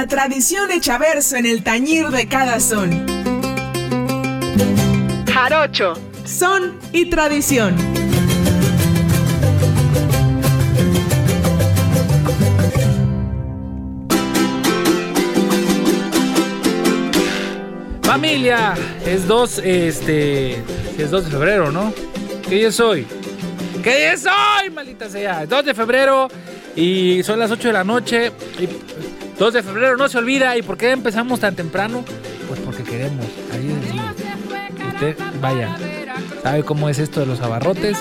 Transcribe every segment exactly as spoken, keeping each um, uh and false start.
tradición hecha verso en el tañir de cada son. Jarocho, son y tradición. Familia, es dos, este, es dos de febrero, ¿no? ¿Qué día es hoy? ¿Qué día es hoy, maldita sea? dos de febrero y son las ocho de la noche. Y dos de febrero no se olvida. ¿Y por qué empezamos tan temprano? Pues porque queremos. Ahí es el... Usted, vaya, sabe cómo es esto de los abarrotes.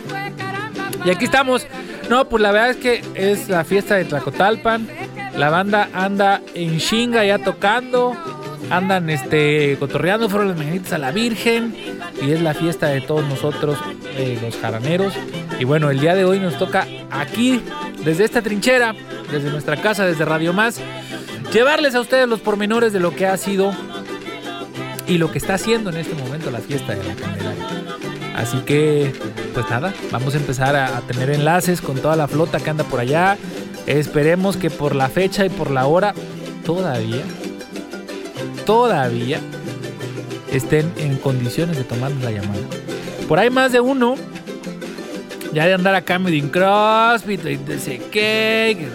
Y aquí estamos. No, pues la verdad es que es la fiesta de Tlacotalpan. La banda anda en chinga ya tocando. Andan este, cotorreando, fueron las mañanitas a la Virgen. Y es la fiesta de todos nosotros, eh, los jaraneros. Y bueno, el día de hoy nos toca aquí, desde esta trinchera, desde nuestra casa, desde Radio Más, llevarles a ustedes los pormenores de lo que ha sido y lo que está haciendo en este momento la fiesta de la Candelaria. Así que, pues nada, vamos a empezar a, a tener enlaces con toda la flota que anda por allá. Esperemos que por la fecha y por la hora todavía, todavía estén en condiciones de tomarnos la llamada. Por ahí más de uno ya de andar acá medio en CrossFit y no sé qué,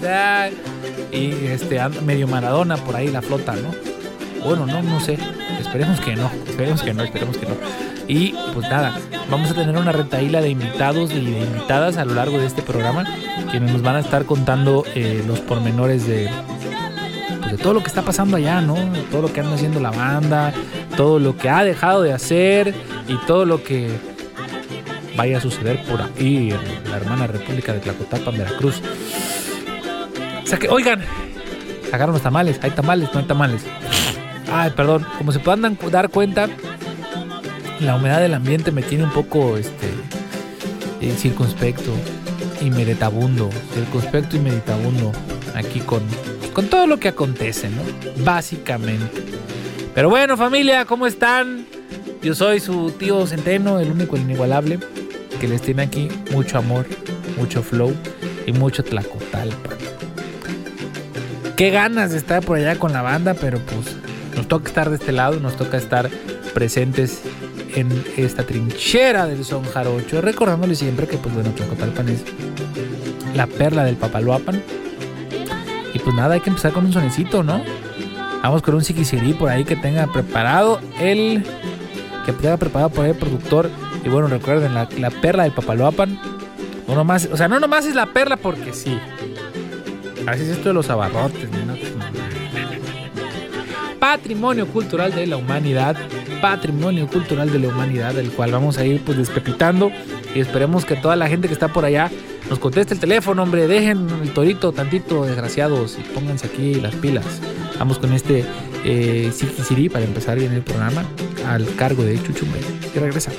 y este, medio Maradona por ahí la flota, ¿no? Bueno, no, no sé. Esperemos que no, esperemos que no, esperemos que no. Y pues nada, vamos a tener una retaíla de invitados y de invitadas a lo largo de este programa, quienes nos van a estar contando eh, los pormenores de, pues, de todo lo que está pasando allá, ¿no? De todo lo que anda haciendo la banda, todo lo que ha dejado de hacer y todo lo que vaya a suceder por aquí en la hermana República de Tlacotalpan, Veracruz. O sea que, oigan, sacaron los tamales, hay tamales, no hay tamales. Ay, perdón, como se puedan dar cuenta, la humedad del ambiente me tiene un poco este, eh, circunspecto y meditabundo, circunspecto y meditabundo aquí con, con todo lo que acontece, ¿no? Básicamente. Pero bueno, familia, ¿cómo están? Yo soy su tío Centeno, el único, el inigualable, que les tiene aquí mucho amor, mucho flow y mucho Tlacotalpan. Qué ganas de estar por allá con la banda, pero pues nos toca estar de este lado, nos toca estar presentes en esta trinchera del son jarocho, recordándole siempre que pues bueno, Tlacotalpan es la perla del Papaloapan. Y pues nada, hay que empezar con un sonecito, ¿no? Vamos con un siquisirí por ahí que tenga preparado el que tenga preparado por ahí el productor. Y bueno, recuerden, la, la perla del Papaloapan no nomás, o sea, no nomás es la perla porque sí. Así es esto de los abarrotes, ¿no? Patrimonio cultural de la humanidad, patrimonio cultural de la humanidad, del cual vamos a ir pues despepitando, y esperemos que toda la gente que está por allá nos conteste el teléfono, hombre, dejen el torito tantito, desgraciados, y pónganse aquí las pilas. Vamos con este eh, Siquisirí para empezar bien el programa, al cargo de Chuchumbe, y regresamos.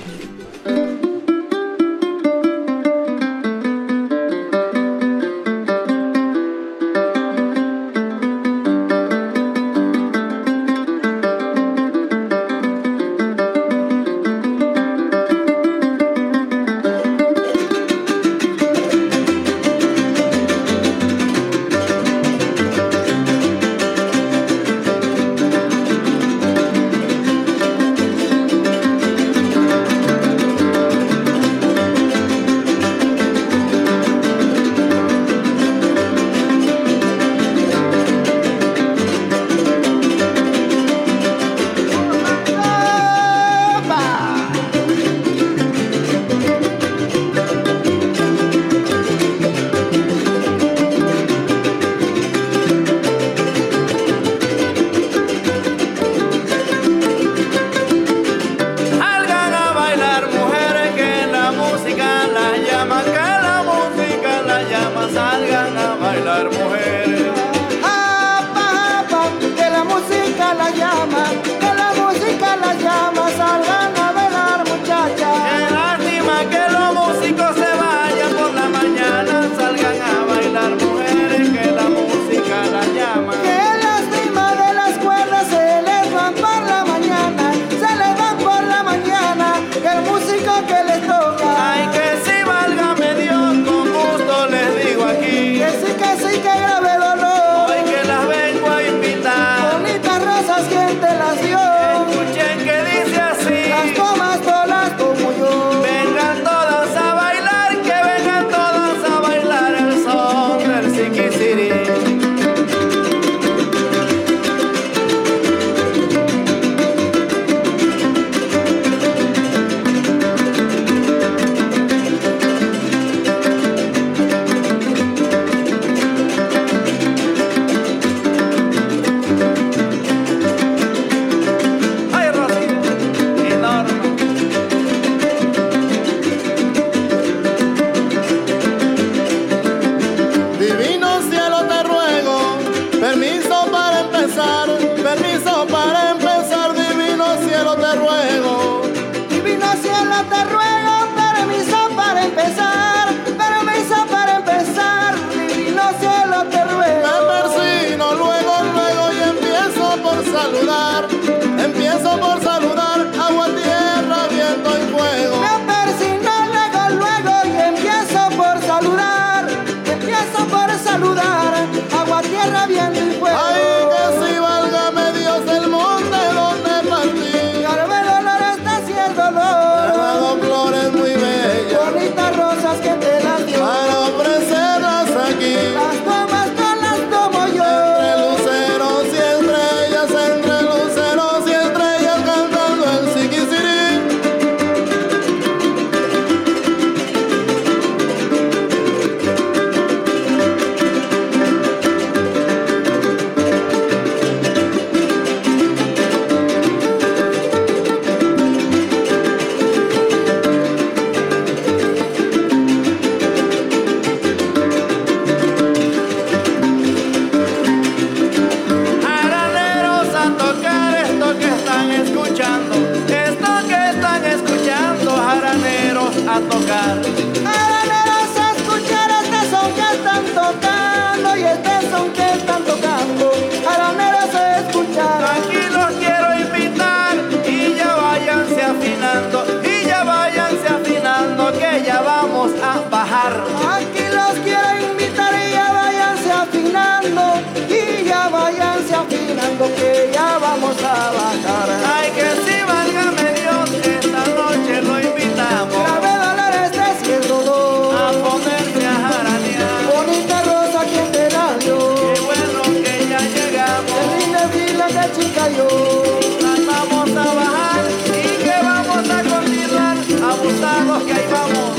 a bajar. Aquí los quiero invitar y ya váyanse afinando, y ya váyanse afinando que ya vamos a bajar. Ay, que si válgame Dios, esta noche lo invitamos Grave dolores desciéndolo, a ponerse a jaranear. bonita rosa quien te la dio, Qué bueno que ya llegamos. el lindo fila que chica yo. Las vamos a bajar y que vamos a continuar abusados que ahí vamos.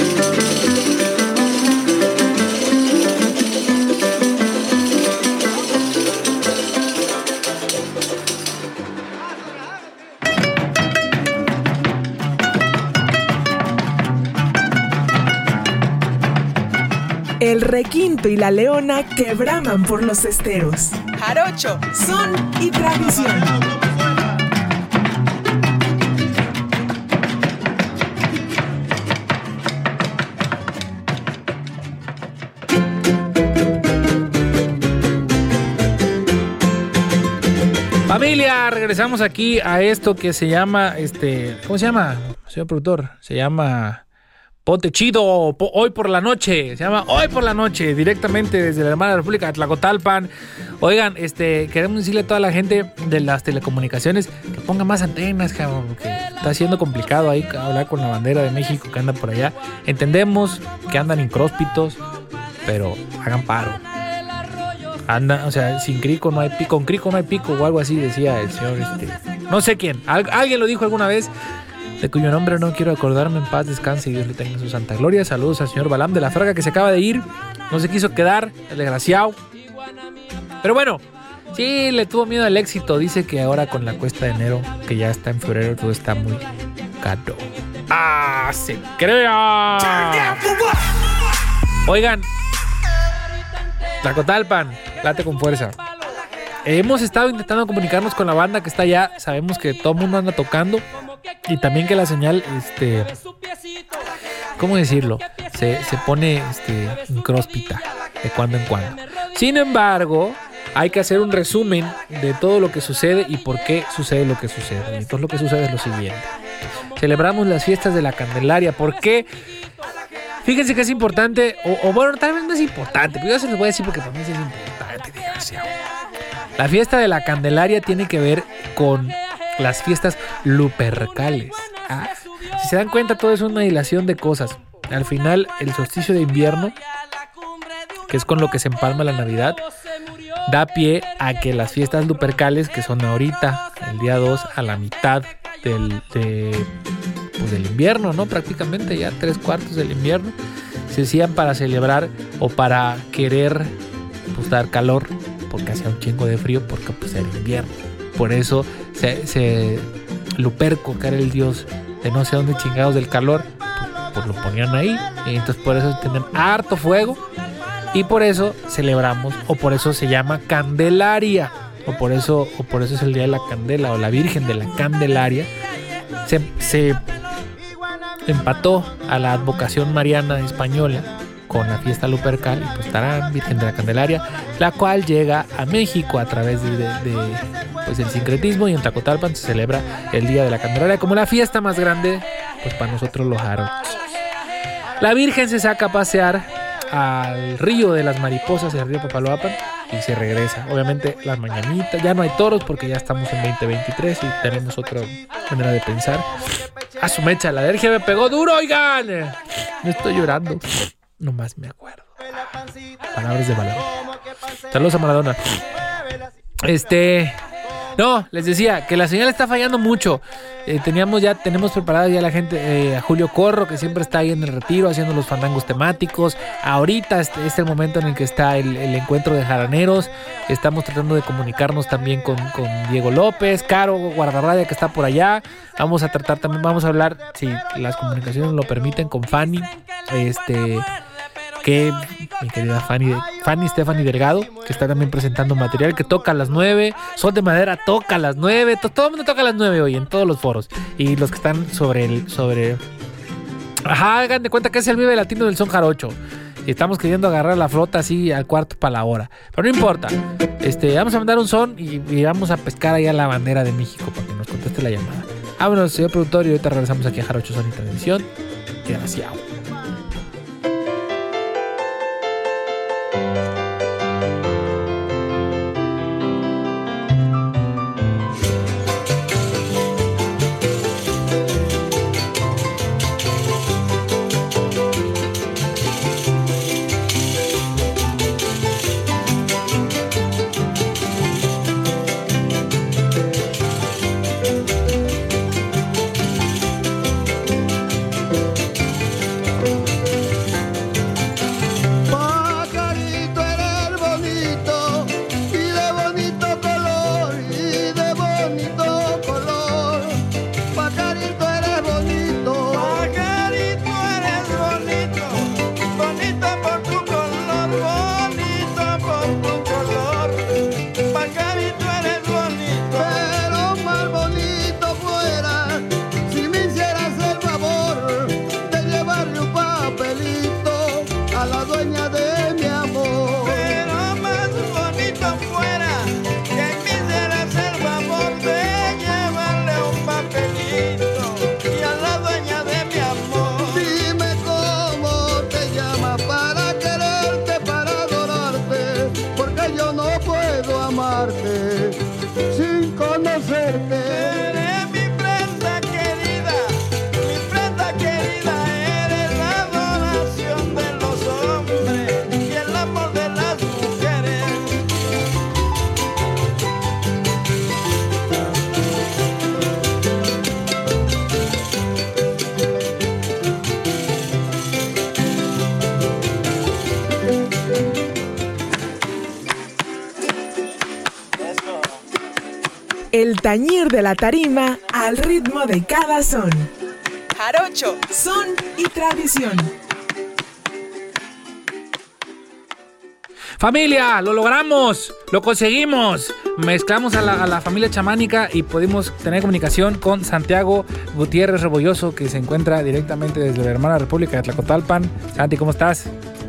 El requinto y la leona que braman por los esteros. Jarocho, son y tradición. Familia, regresamos aquí a esto que se llama, este, ¿cómo se llama, señor productor? Se llama Ponte Chido, po, hoy por la noche, se llama Hoy por la Noche, directamente desde la hermana República de Tlacotalpan. Oigan, este, queremos decirle a toda la gente de las telecomunicaciones que ponga más antenas, cabrón, porque está siendo complicado ahí hablar con la bandera de México que anda por allá. Entendemos que andan incróspitos, pero hagan paro. Anda, o sea, sin crico no hay pico, con crico no hay pico o algo así decía el señor, este, no sé quién, Al, alguien lo dijo alguna vez, de cuyo nombre no quiero acordarme, en paz descanse y Dios le tenga en su santa gloria. Saludos al señor Balam de la Fraga que se acaba de ir, no se quiso quedar, el desgraciado. Pero bueno, sí, le tuvo miedo al éxito, dice que ahora con la cuesta de enero, que ya está en febrero, todo está muy caro. ¡Ah, se crea! Oigan, Tlacotalpan, late con fuerza. Hemos estado intentando comunicarnos con la banda que está allá. Sabemos que todo el mundo anda tocando y también que la señal, este, ¿cómo decirlo? Se, se pone este, incróspita de cuando en cuando. Sin embargo, hay que hacer un resumen de todo lo que sucede y por qué sucede lo que sucede. Y entonces lo que sucede es lo siguiente. Celebramos las fiestas de la Candelaria. ¿Por qué? Fíjense que es importante, o, o bueno, tal vez no es importante, pero yo se los voy a decir porque para mí sí es importante, desgraciado. La fiesta de la Candelaria tiene que ver con las fiestas lupercales. Ah, si se dan cuenta, todo es una dilación de cosas. Al final, el solsticio de invierno, que es con lo que se empalma la Navidad, da pie a que las fiestas lupercales, que son ahorita, el día dos, a la mitad del... De, pues del invierno, ¿no? Prácticamente ya tres cuartos del invierno se hacían para celebrar o para querer pues dar calor, porque hacía un chingo de frío, porque pues era invierno. Por eso se, se Luperco, que era el dios de no sé dónde chingados del calor, pues, pues lo ponían ahí, y entonces por eso tenían harto fuego y por eso celebramos, o por eso se llama Candelaria, o por eso, o por eso es el día de la Candela, o la Virgen de la Candelaria. Se, se empató a la advocación mariana española con la fiesta lupercal y pues estará Virgen de la Candelaria, la cual llega a México a través de, de, de pues el sincretismo, y en Tlacotalpan se celebra el Día de la Candelaria como la fiesta más grande pues para nosotros los jarochos. La Virgen se saca a pasear al río de las mariposas, el río Papaloapan, y se regresa. Obviamente las mañanitas, ya no hay toros porque ya estamos en veinte veintitrés y tenemos otra manera de pensar. A su mecha, la alergia me pegó duro, oigan. Me estoy llorando. Nomás me acuerdo. Palabras de Maradona. Saludos a Maradona. Este... No, les decía que la señal está fallando mucho. Eh, teníamos ya, tenemos preparada ya la gente, eh, a Julio Corro, que siempre está ahí en el retiro haciendo los fandangos temáticos. Ahorita este es el momento en el que está el, el encuentro de jaraneros. Estamos tratando de comunicarnos también con, con Diego López, Caro Guardarraya, que está por allá. Vamos a tratar también, vamos a hablar, si las comunicaciones lo permiten, con Fanny. Este... que mi querida Fanny, Fanny Stephanie Delgado, que está también presentando material, que toca a las nueve, Sol de Madera toca a las nueve, to, todo el mundo toca a las nueve hoy en todos los foros, y los que están sobre el, sobre, ajá, hagan de cuenta que es el Vive Latino del Son Jarocho, y estamos queriendo agarrar la flota así al cuarto para la hora, pero no importa, este, vamos a mandar un son y, y vamos a pescar allá la bandera de México para que nos conteste la llamada. Vámonos, señor productor, y ahorita regresamos aquí a Jarocho Son y Tradición. Gracias. a la dueña de mi amor. Pero más bonito fuera que me hicieras el favor de llevarle un papelito y a la dueña de mi amor. Dime cómo te llamas para quererte, para adorarte, porque yo no puedo amarte sin conocerte. Eres mi prenda querida, mi prenda querida, eres la adoración de los hombres y el amor de las mujeres. El tañir de la tarima al ritmo de cada son. Jarocho, son y tradición. Familia, lo logramos, lo conseguimos. Mezclamos a la, a la familia chamánica y pudimos tener comunicación con Santiago Gutiérrez Rebolloso, que se encuentra directamente desde la hermana República de Tlacotalpan. Santi, ¿cómo estás?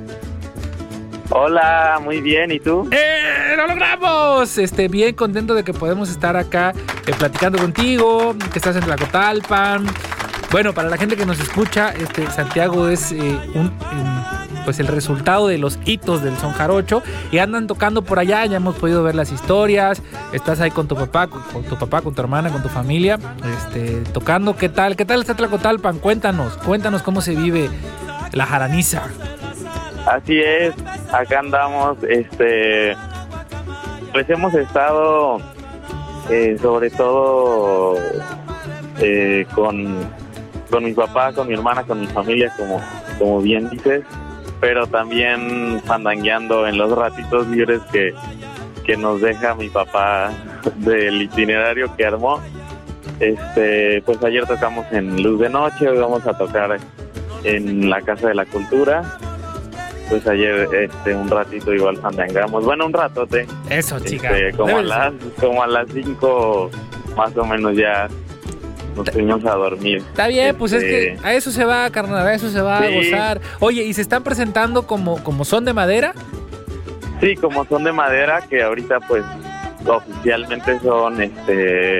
Hola, muy bien, ¿y tú? ¡Eh! ¡Lo logramos! Este, bien contento de que podemos estar acá eh, platicando contigo, que estás en Tlacotalpan. Bueno, para la gente que nos escucha, este, Santiago es eh, un, eh, pues el resultado de los hitos del son jarocho y andan tocando por allá. Ya hemos podido ver las historias. Estás ahí con tu papá, con, con tu papá, con tu hermana, con tu familia, este, tocando. ¿Qué tal? ¿Qué tal está Tlacotalpan? Cuéntanos, cuéntanos cómo se vive la jaraniza. Así es, acá andamos, este, pues hemos estado, eh, sobre todo, eh, con, con mi papá, con mi hermana, con mi familia, como, como bien dices, pero también fandangueando en los ratitos libres que, que nos deja mi papá del itinerario que armó. Este, pues ayer tocamos en Luz de Noche, hoy vamos a tocar en la Casa de la Cultura. Pues ayer este un ratito igual fandangamos, bueno, un ratote. Eso, chica. Este, como, a las, como a las cinco más o menos ya nos fuimos a dormir. Está bien, este, pues es que a eso se va, carnal, a eso se va sí. a gozar. Oye, ¿y se están presentando como, como son de madera? Sí, como son de madera, que ahorita pues oficialmente son este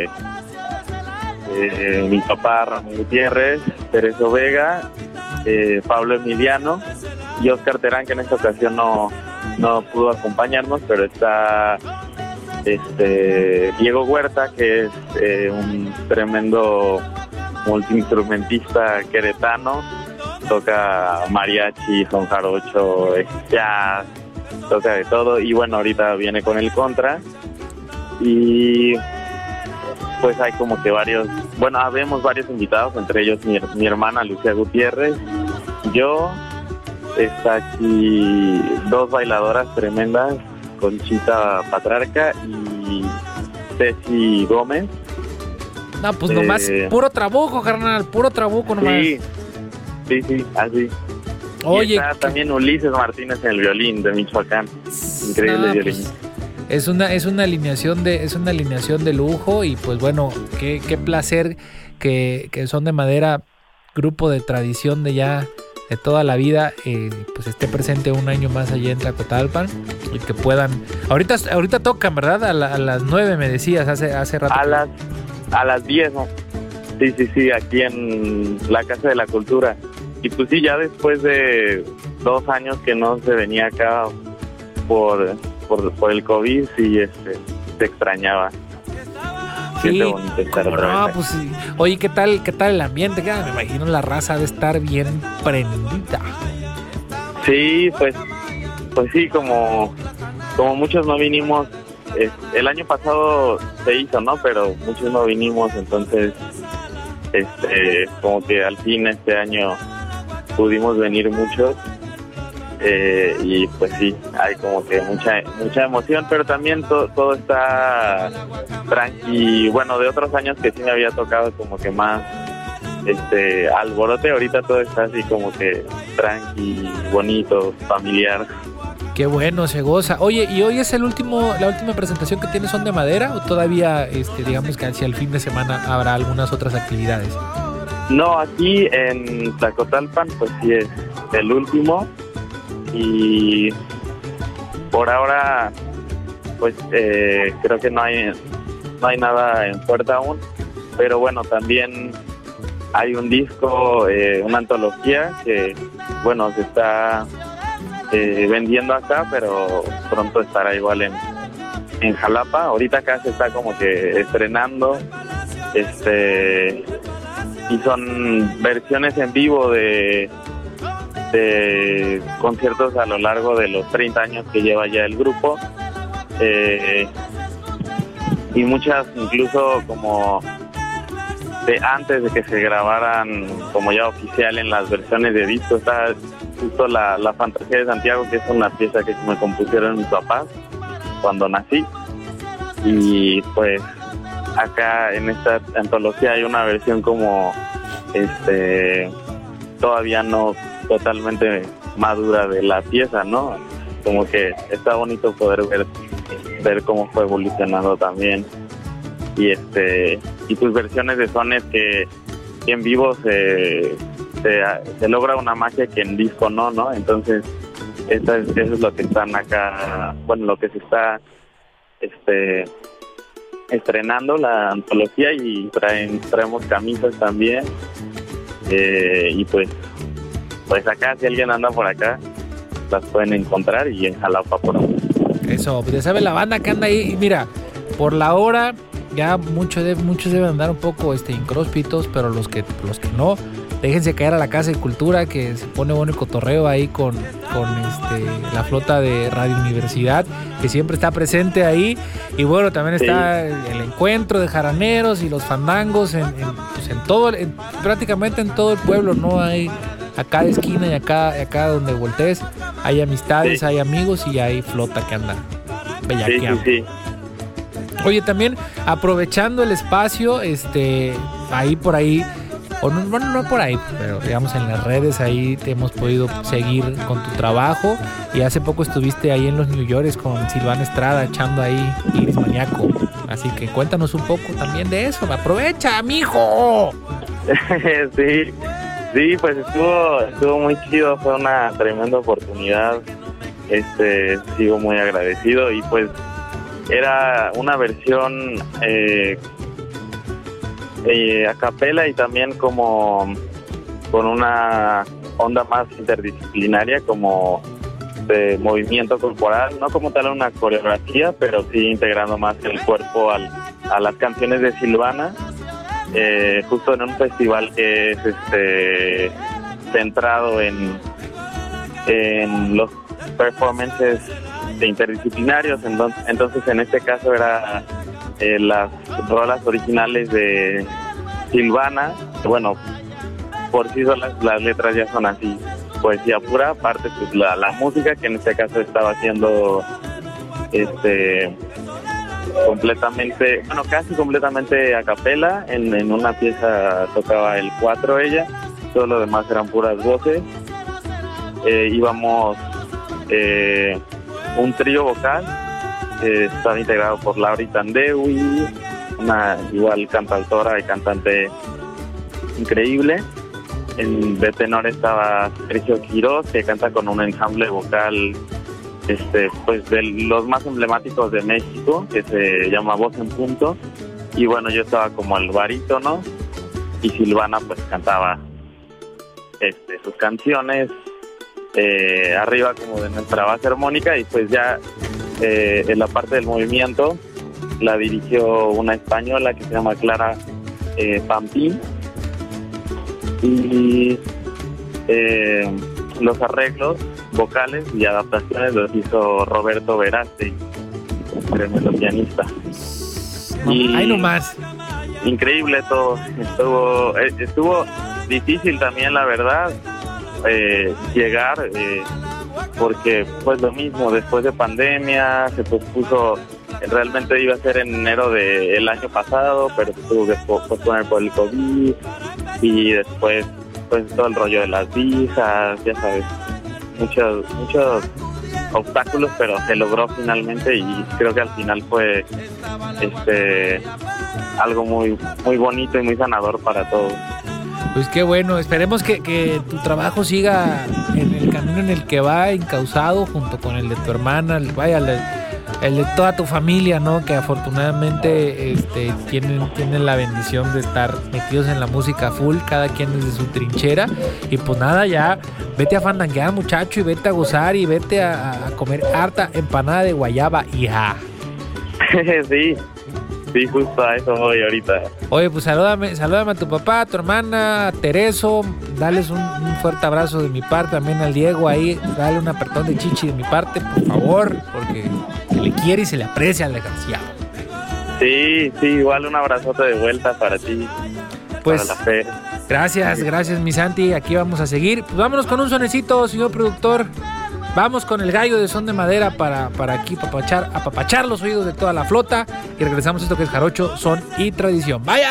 eh, mi papá Ramón Gutiérrez, Tereso Vega, eh, Pablo Emiliano y Oscar Terán, que en esta ocasión no, no pudo acompañarnos, pero está este Diego Huerta, que es eh, un tremendo multiinstrumentista queretano, toca mariachi, son jarocho, jazz, toca de todo, y bueno, ahorita viene con el contra, y pues hay como que varios, bueno, habemos varios invitados, entre ellos mi, mi hermana Lucía Gutiérrez, yo. Está aquí dos bailadoras tremendas, Conchita Patrarca y Ceci Gómez. No, pues eh, nomás puro trabuco, carnal, puro trabuco nomás. Sí, sí, sí, así. Oye, y está que... también Ulises Martínez en el violín de Michoacán. Increíble no, violín. Pues, es una, es una alineación de, es una alineación de lujo y pues bueno, qué, qué placer que, que son de madera, grupo de tradición de ya de toda la vida, eh, pues esté presente un año más allá en Tlacotalpan y que puedan, ahorita ahorita tocan, ¿verdad? A, la, a las nueve me decías hace hace rato. A que... las a las diez, ¿no? Sí, sí, sí, aquí en la Casa de la Cultura. Y pues sí, ya después de dos años que no se venía acá por por, por el COVID, sí, este, se extrañaba. Sí, no, pues sí. Oye, ¿qué tal, qué tal el ambiente? Me imagino la raza de estar bien prendida. Sí, pues, pues sí, como, como muchos no vinimos, eh, el año pasado se hizo, ¿no? Pero muchos no vinimos, entonces, este, como que al fin este año pudimos venir muchos. Eh, y pues sí, hay como que mucha mucha emoción, pero también to, todo está tranqui. Bueno, de otros años que sí me había tocado como que más este alborote, ahorita todo está así como que tranqui, bonito, familiar. Qué bueno, se goza. Oye, ¿y hoy es el último la última presentación que tienes son de madera o todavía este digamos que hacia el fin de semana habrá algunas otras actividades? No, aquí en Tlacotalpan pues sí es el último. y por ahora pues eh, creo que no hay no hay nada en puerta aún, pero bueno, también hay un disco, eh, una antología que bueno se está eh, vendiendo acá, pero pronto estará igual en, en Jalapa. Ahorita acá se está como que estrenando, este y son versiones en vivo de de conciertos a lo largo de los treinta años que lleva ya el grupo, eh, y muchas incluso como de antes de que se grabaran como ya oficial en las versiones de disco. Está justo la, la Fantasía de Santiago, que es una pieza que me compusieron mis papás cuando nací, y pues acá en esta antología hay una versión como este todavía no totalmente madura de la pieza, ¿no? Como que está bonito poder ver ver cómo fue evolucionando también, y este y tus versiones de sones que, que en vivo se, se se logra una magia que en disco no, ¿no? Entonces eso es, eso es lo que están acá, bueno, lo que se está este estrenando, la antología, y traen, traemos camisas también, eh, y pues pues acá si alguien anda por acá las pueden encontrar, y en Jalapa por ahí. Eso, pues ya sabe la banda que anda ahí. Y mira, por la hora ya mucho de, muchos deben andar un poco este, incróspitos, pero los que los que no, déjense caer a la Casa de Cultura, que se pone bueno el cotorreo ahí con, con este, la flota de Radio Universidad, que siempre está presente ahí. Y bueno, también está sí. el, el encuentro de jaraneros y los fandangos en, en, pues en todo, en, prácticamente en todo el pueblo, ¿no? Hay a cada esquina y acá, acá donde voltees hay amistades, sí. hay amigos y hay flota que anda bellaqueando. Sí, sí, sí. Oye, también aprovechando el espacio, este, ahí por ahí, o no, bueno, no por ahí, pero digamos en las redes ahí te hemos podido seguir con tu trabajo, y hace poco estuviste ahí en los New Yorkers con Silvana Estrada echando ahí Iris Maníaco, así que cuéntanos un poco también de eso. Aprovecha, mijo. Sí. Sí, pues estuvo estuvo muy chido, fue una tremenda oportunidad, este sigo muy agradecido, y pues era una versión eh, eh, a capela y también como con una onda más interdisciplinaria, como de movimiento corporal, no como tal una coreografía, pero sí integrando más el cuerpo al, a las canciones de Silvana. Eh, justo en un festival que es este centrado en, en los performances interdisciplinarios. Entonces, entonces en este caso era eh, las rolas originales de Silvana. Bueno, por sí solas las letras ya son así, poesía pura, aparte pues la, la música, que en este caso estaba haciendo este completamente, bueno, casi completamente a capela. En, en una pieza tocaba el cuatro ella, todo lo demás eran puras voces. Eh, íbamos eh, un trío vocal que estaba integrado por Laura Tandewi, una igual cantautora y cantante increíble. En de tenor estaba Sergio Quiroz, que canta con un ensamble vocal este pues de los más emblemáticos de México, que se llama Voz en Punto. Y bueno, yo estaba como el barítono, y Silvana pues cantaba este sus canciones eh, arriba como de nuestra base armónica, y pues ya eh, en la parte del movimiento la dirigió una española que se llama Clara eh, Pampín, y eh, los arreglos vocales y adaptaciones los hizo Roberto Verástegui, tremendo pianista. Y ahí nomás. Increíble todo. Estuvo, estuvo difícil también, la verdad, eh, llegar, eh, porque pues lo mismo, después de pandemia se pospuso. Realmente iba a ser en enero del año pasado, pero se tuvo que posponer por el COVID, y después pues todo el rollo de las visas, ya sabes, muchos muchos obstáculos, pero se logró finalmente, y creo que al final fue este algo muy muy bonito y muy sanador para todos. Pues qué bueno, esperemos que, que tu trabajo siga en el camino camión en el que va encauzado junto con el de tu hermana, el, vaya, el, el de toda tu familia, ¿no? Que afortunadamente este, tienen, tienen la bendición de estar metidos en la música full, cada quien desde su trinchera. Y pues nada, ya vete a fandanguear, muchacho, y vete a gozar y vete a, a comer harta empanada de guayaba, hija. Sí, sí, justo a eso voy ahorita. Oye, pues salúdame, salúdame a tu papá, a tu hermana, a Tereso, dales un, un fuerte abrazo de mi parte, también al Diego ahí, dale un apretón de chichi de mi parte, por favor, porque se le quiere y se le aprecia al desgraciado. Sí, sí, igual un abrazote de vuelta para ti, pues, para la fe. Gracias, gracias mi Santi, aquí vamos a seguir. Pues vámonos con un sonecito, señor productor. Vamos con el gallo de son de madera para, para aquí apapachar, apapachar los oídos de toda la flota. Y regresamos a esto que es jarocho, son y tradición. ¡Vaya!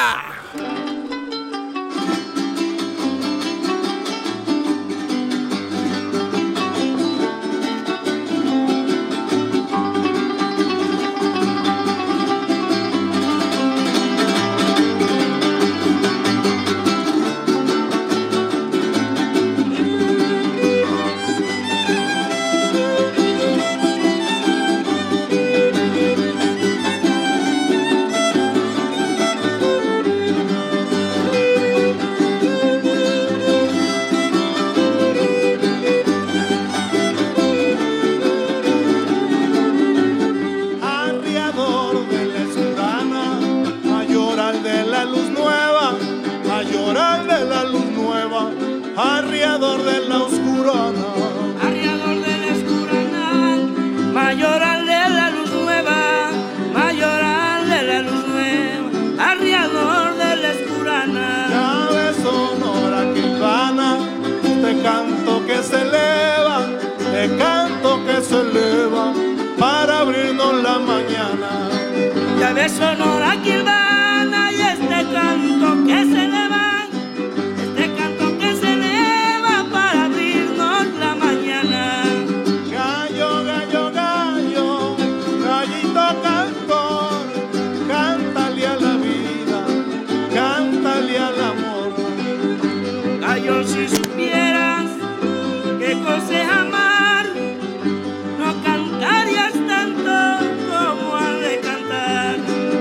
Sonora Quilvana y este canto que se eleva, este canto que se eleva para abrirnos la mañana. Gallo, gallo, gallo, gallito cantor, cántale a la vida, cántale al amor. Gallo, si supieras qué cosa es amar, no cantarías tanto como has de cantar.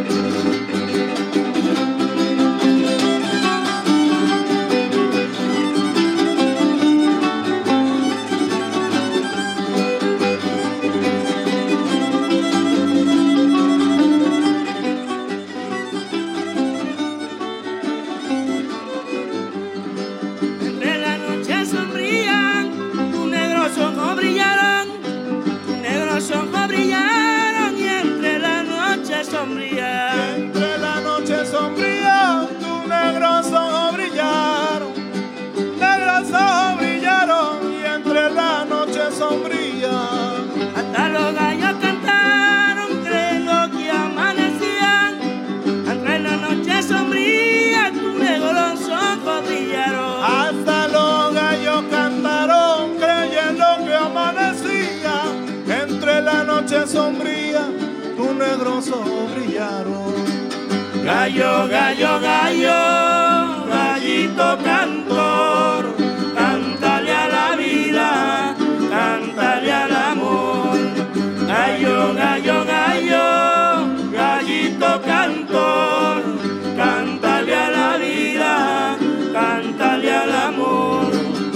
Entre la noche sombría, tus negros ojos brillaron, negros ojos brillaron, y entre la noche sombría, hasta los gallos cantaron creyendo que amanecían. Entre la noche sombría, tus negros ojos brillaron, hasta los gallos cantaron creyendo que amanecía. Entre la noche sombría, tus negros ojos brillaron. Gallo, gallo, gallo, gallito cantor, cántale a la vida, cántale al amor. Gallo, gallo, gallo, gallito cantor, cántale a la vida, cántale al amor.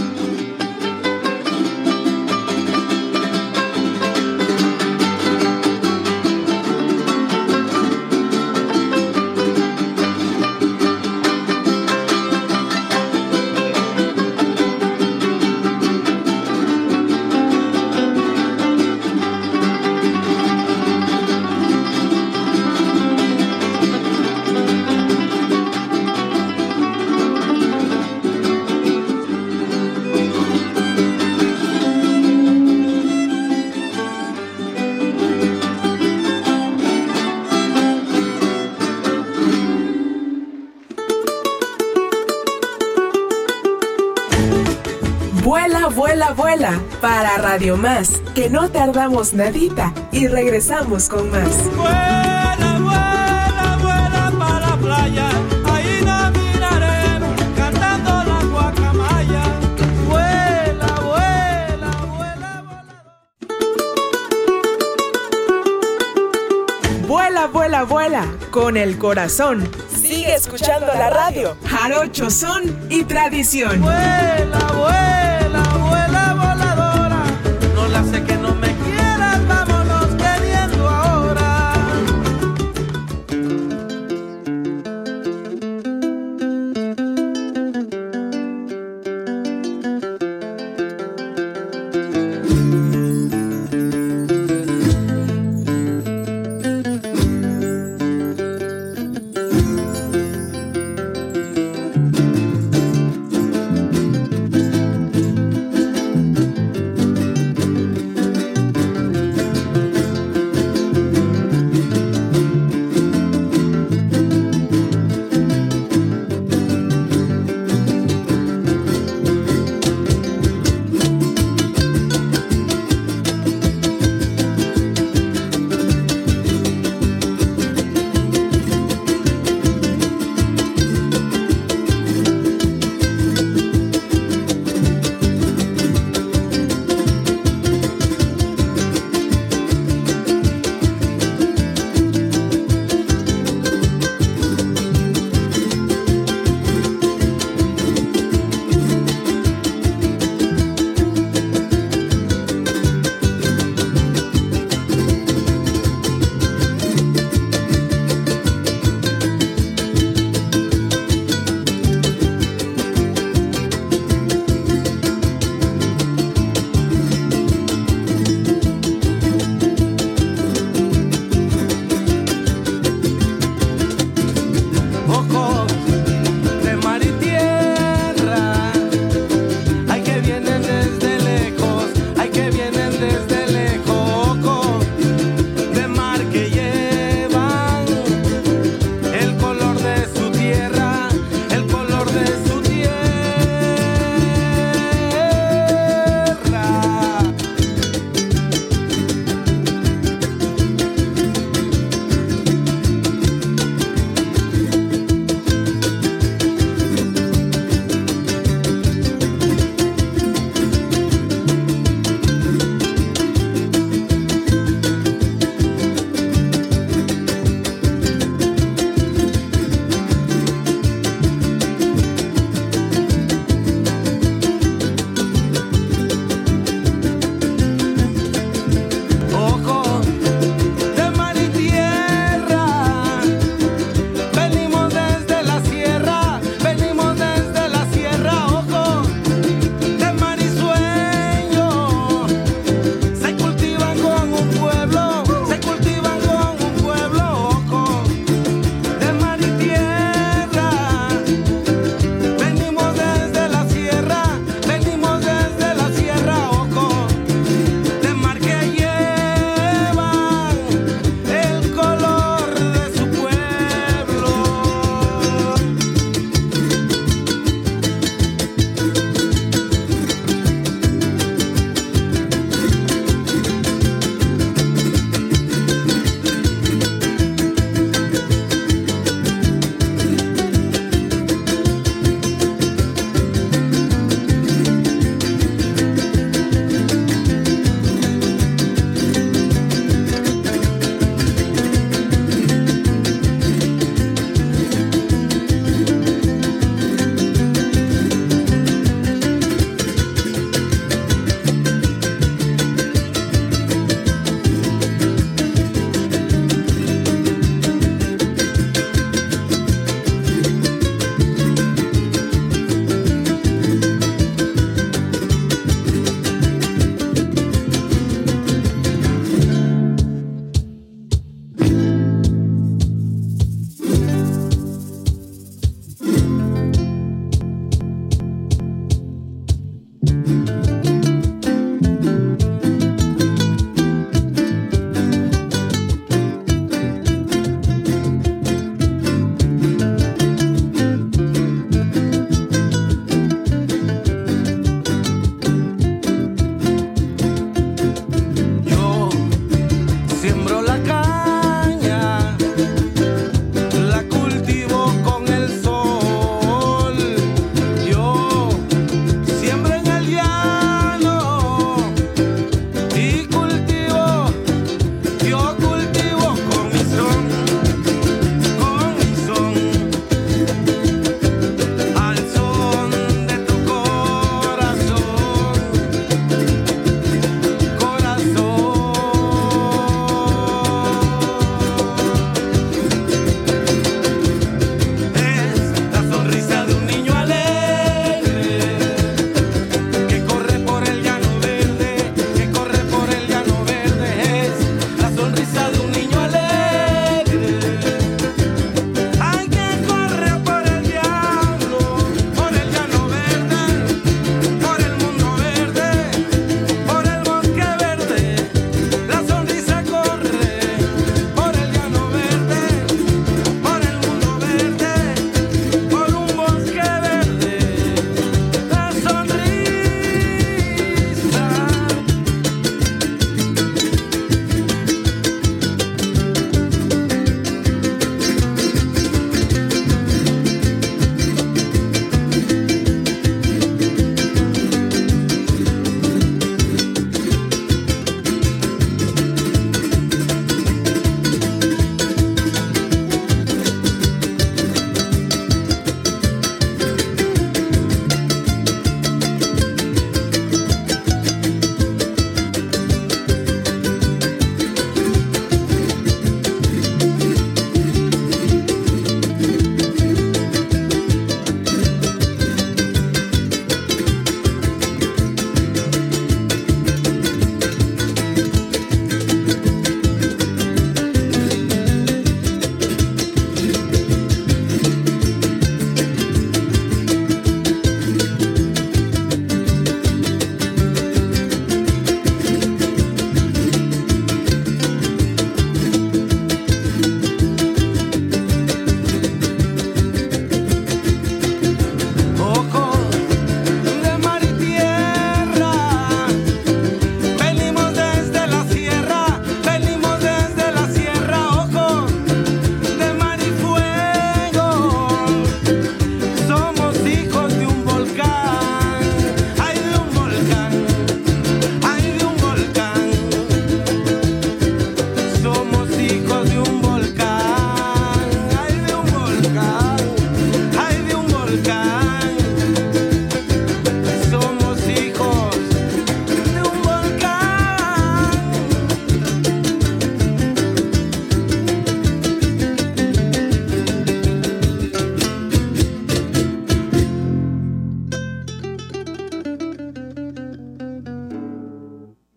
Vuela, vuela, vuela para Radio Más, que no tardamos nadita y regresamos con más. Vuela, vuela, vuela para la playa, ahí nos miraremos cantando la guacamaya. Vuela, vuela, Vuela, vuela, vuela, con el corazón. Sigue escuchando la radio. Jarocho, son y tradición. Vuela, vuela, vuela, voladora. No la sé que no me quieras, vámonos queriendo ahora.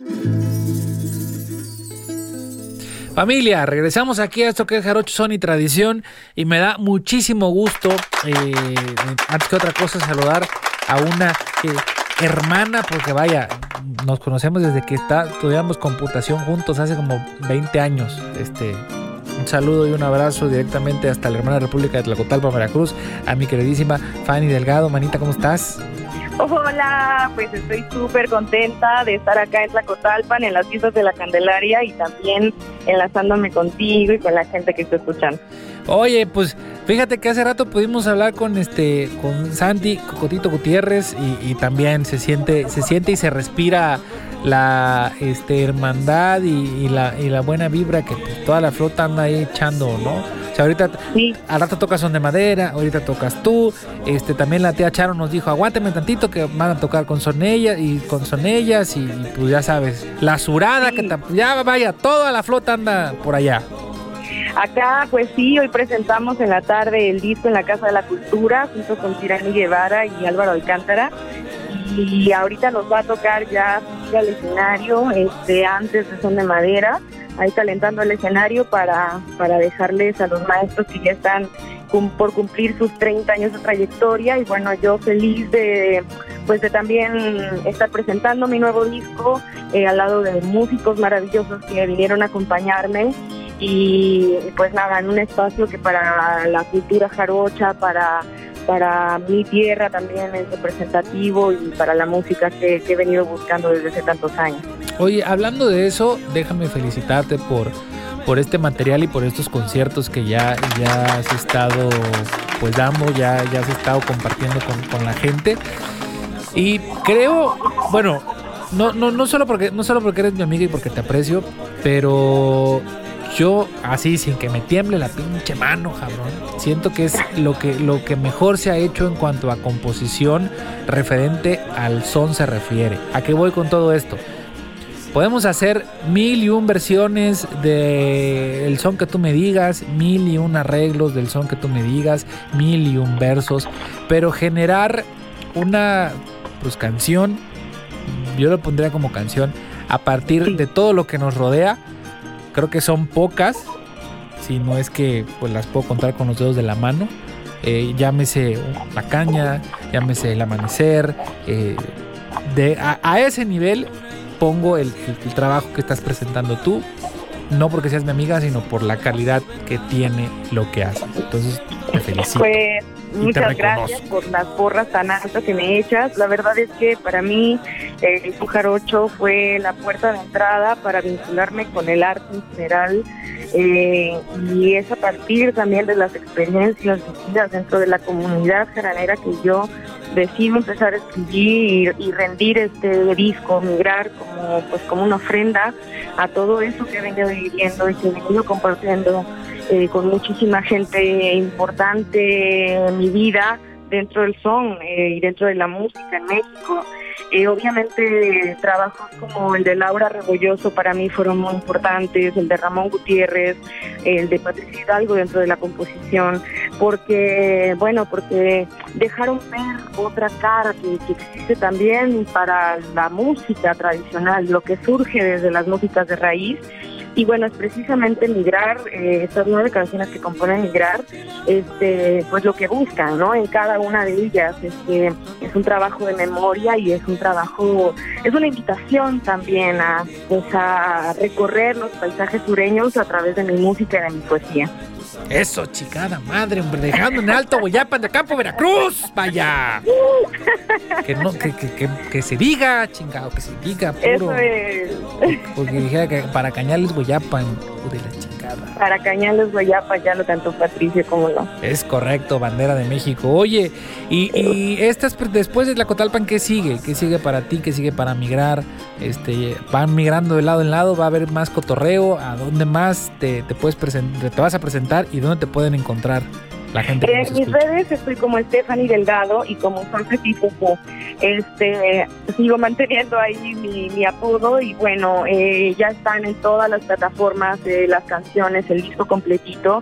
Familia, regresamos aquí a esto que es Jarocho Son y Tradición y me da muchísimo gusto, eh, antes que otra cosa, saludar a una eh, hermana, porque vaya, nos conocemos desde que está, estudiamos computación juntos hace como veinte años. Este, un saludo y un abrazo directamente hasta la hermana República de Tlacotalpan, Veracruz, a mi queridísima Fanny Delgado. Manita, ¿cómo estás? Hola, pues estoy súper contenta de estar acá en Tlacotalpan, en las fiestas de la Candelaria y también enlazándome contigo y con la gente que está escuchando. Oye, pues fíjate que hace rato pudimos hablar con este con Santi Cocotito Gutiérrez y, y también se siente se siente y se respira la este hermandad y, y la y la buena vibra que pues, toda la flota anda ahí echando, ¿no? O sea, ahorita sí. Al rato tocas Son de Madera, ahorita tocas tú, este también la tía Charo nos dijo, aguántame tantito que van a tocar con Son ellas y con Son ellas y, y pues ya sabes, la Surada, sí. que ta, ya vaya, toda la flota anda por allá. Acá, pues sí, hoy presentamos en la tarde el disco en la Casa de la Cultura, junto con Tirani Guevara y Álvaro Alcántara. Y ahorita nos va a tocar ya al escenario, este, antes de Son de Madera, ahí calentando el escenario para, para dejarles a los maestros que ya están cum, por cumplir sus treinta años de trayectoria. Y bueno, yo feliz de, pues de también estar presentando mi nuevo disco eh, al lado de músicos maravillosos que vinieron a acompañarme. Y pues nada, en un espacio que para la cultura jarocha, para, para mi tierra también es representativo y para la música que, que he venido buscando desde hace tantos años. Oye, hablando de eso, déjame felicitarte por, por este material y por estos conciertos que ya, ya has estado pues dando, ya, ya has estado compartiendo con, con la gente. Y creo, bueno, no, no, no solo porque, no solo porque eres mi amiga y porque te aprecio, pero yo, así, sin que me tiemble la pinche mano, cabrón, siento que es lo que, lo que mejor se ha hecho en cuanto a composición referente al son se refiere. ¿A qué voy con todo esto? Podemos hacer mil y un versiones del son que tú me digas, mil y un arreglos del son que tú me digas, mil y un versos, pero generar una pues canción, yo lo pondría como canción, a partir de todo lo que nos rodea. Creo que son pocas, si no es que pues las puedo contar con los dedos de la mano. Eh, llámese La Caña, llámese El Amanecer. Eh, de, a, a ese nivel pongo el, el, el trabajo que estás presentando tú, no porque seas mi amiga, sino por la calidad que tiene lo que haces. Entonces, te felicito. Pues muchas gracias por las porras tan altas que me echas. La verdad es que para mí eh, el Jarocho fue la puerta de entrada para vincularme con el arte en general, eh, y es a partir también de las experiencias vividas dentro de la comunidad jaranera que yo decido empezar a escribir y, y rendir este disco, migrar como pues como una ofrenda a todo eso que he venido viviendo y que he venido compartiendo eh, con muchísima gente importante en mi vida dentro del son eh, y dentro de la música en México. Eh, obviamente trabajos como el de Laura Rebolloso para mí fueron muy importantes, el de Ramón Gutiérrez, el de Patricia Hidalgo dentro de la composición, porque bueno, porque dejaron ver otra cara que, que existe también para la música tradicional, lo que surge desde las músicas de raíz. Y bueno, es precisamente Migrar, eh, estas nueve canciones que componen Migrar, este, pues lo que buscan, ¿no? En cada una de ellas, este, es un trabajo de memoria y es un trabajo, es una invitación también a, pues, a recorrer los paisajes sureños a través de mi música y de mi poesía. Eso, chingada madre, hombre, dejando en alto Guayapan de Campo Veracruz, vaya. Que no, que, que, que, que se diga, chingado, que se diga, puro. Eso es. Porque dijera que para Cañales Guayapan, de la chingada. Para Cañales Guayapan, ya lo cantó Patricio, cómo no. Es correcto, bandera de México. Oye, y, y estas después de Tlacotalpan, ¿qué sigue? ¿Qué sigue para ti? ¿Qué sigue para Migrar? Este, van migrando de lado en lado, va a haber más cotorreo. ¿A dónde más te, te puedes presentar, te vas a presentar y dónde te pueden encontrar la gente? En eh, mis redes estoy como Stephanie Delgado y como Sol Petipopo. Este, sigo manteniendo ahí mi, mi apodo y bueno, eh, ya están en todas las plataformas eh, las canciones, el disco completito.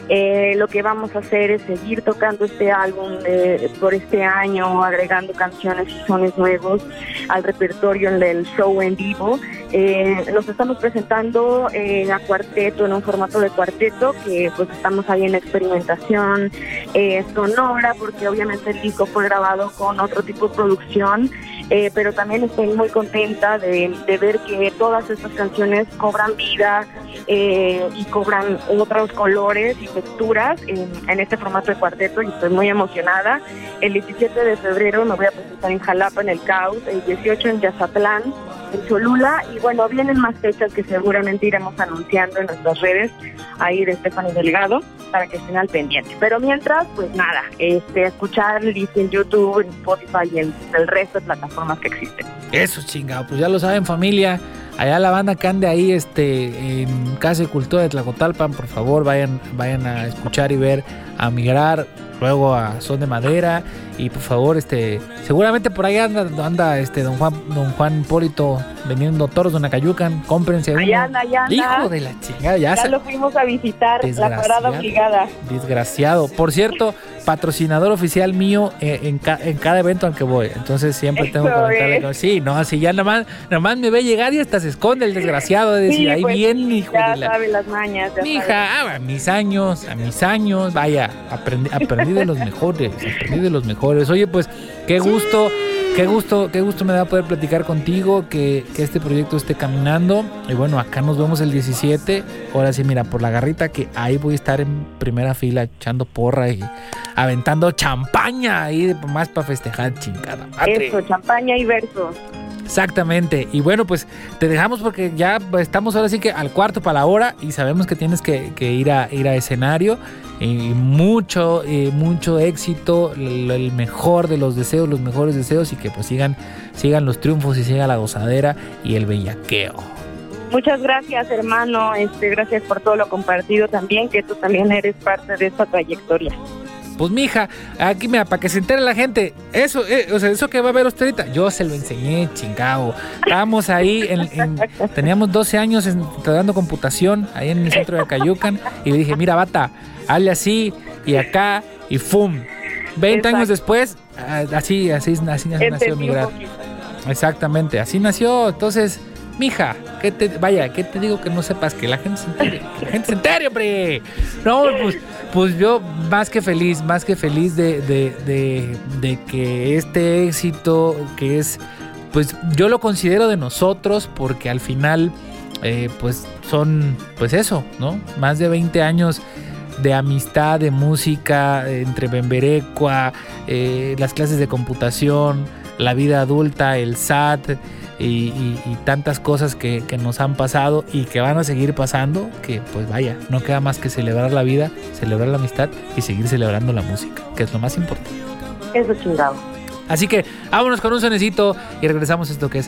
Eh, lo que vamos a hacer es seguir tocando este álbum eh, por este año, agregando canciones y sones nuevos al repertorio en el show en vivo. Eh, nos estamos presentando eh, a cuarteto, en un formato de cuarteto, que pues estamos ahí en experimentación eh, sonora, porque obviamente el disco fue grabado con otro tipo de producción. Eh, pero también estoy muy contenta de, de ver que todas estas canciones cobran vida eh, y cobran otros colores y texturas en, en este formato de cuarteto, y estoy muy emocionada. El diecisiete de febrero me voy a presentar en Jalapa, en el Caos, el dieciocho en Yazatlán, en Cholula, y bueno, vienen más fechas que seguramente iremos anunciando en nuestras redes, ahí de Stephanie Delgado, para que estén al pendiente. Pero mientras, pues nada, este, escuchar Lizzy en YouTube, en Spotify y en el resto de plataformas que existen. Eso, chingado, pues ya lo saben, familia. Allá la banda que ande ahí este, en Casa de Cultura de Tlacotalpan, por favor, vayan, vayan a escuchar y ver a Migrar, luego a Son de Madera, y por favor, este, seguramente por ahí anda, anda este don Juan, don Juan Hipólito vendiendo toros de Nacayucan, cómprense uno. Allá anda, allá anda. Hijo de la chingada, ya, ya se... lo fuimos a visitar, la parada obligada. Desgraciado. Por cierto, patrocinador oficial mío en, en, ca, en cada evento al que voy. Entonces siempre tengo Eso que comentarle que sí, no, así ya nada más, nada más me ve llegar y hasta se esconde el desgraciado de decir, sí, ahí pues, bien, hijo ya de la... sabe las mañas. Ya Mija, ah, a mis años, a mis años, vaya, aprendí, aprendí de los mejores, aprendí de los mejores. Oye, pues, qué gusto, qué gusto, qué gusto me da poder platicar contigo, que, que este proyecto esté caminando. Y bueno, acá nos vemos el diecisiete. Ahora sí, mira, por la garrita, que ahí voy a estar en primera fila echando porra y aventando champaña ahí más para festejar, chingada madre. Eso, champaña y versos. Exactamente. Y bueno, pues te dejamos porque ya estamos ahora sí que al cuarto para la hora y sabemos que tienes que, que ir a ir a escenario. Y mucho, eh, mucho éxito, el, el mejor de los deseos, los mejores deseos, y que pues sigan, sigan los triunfos y siga la gozadera y el bellaqueo. Muchas gracias, hermano. Este, gracias por todo lo compartido también, que tú también eres parte de esta trayectoria. Pues mija, aquí mira, para que se entere la gente, eso, eh, o sea, eso que va a ver usted ahorita, yo se lo enseñé, chingado. Estábamos ahí, en, en, teníamos doce años estudiando computación, ahí en el centro de Acayucan, y le dije, mira, bata, hazle así, y acá, y ¡fum! veinte Exacto. años después, así, así, así, así nació Migrar. Exactamente, así nació. Entonces, mija, ¿qué te, vaya, ¿qué te digo que no sepas? Que la gente se entere, que la gente se entere, hombre. No, pues, pues yo más que feliz, más que feliz de, de, de, de que este éxito, que es, pues yo lo considero de nosotros, porque al final, eh, pues son, pues eso, ¿no? Más de veinte años de amistad, de música, entre Bemberecua, eh, las clases de computación, la vida adulta, el S A T y, y, y tantas cosas que, que nos han pasado y que van a seguir pasando, que pues vaya, no queda más que celebrar la vida, celebrar la amistad y seguir celebrando la música, que es lo más importante. Eso chingado. Así que vámonos con un sonecito y regresamos a esto que es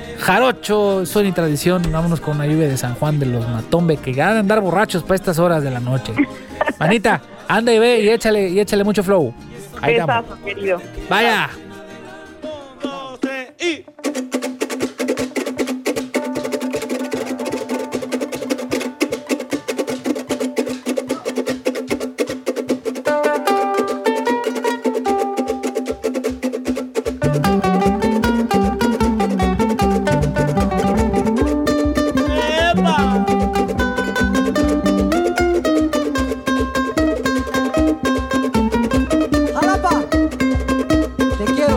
Jarocho, son y tradición. Vámonos con una lluvia de San Juan de los Matombe, que van a andar borrachos para estas horas de la noche. Manita, anda y ve y échale, y échale mucho flow. Ahí estamos, querido. Vaya. Dos, tres, y... Jalapa, te quiero.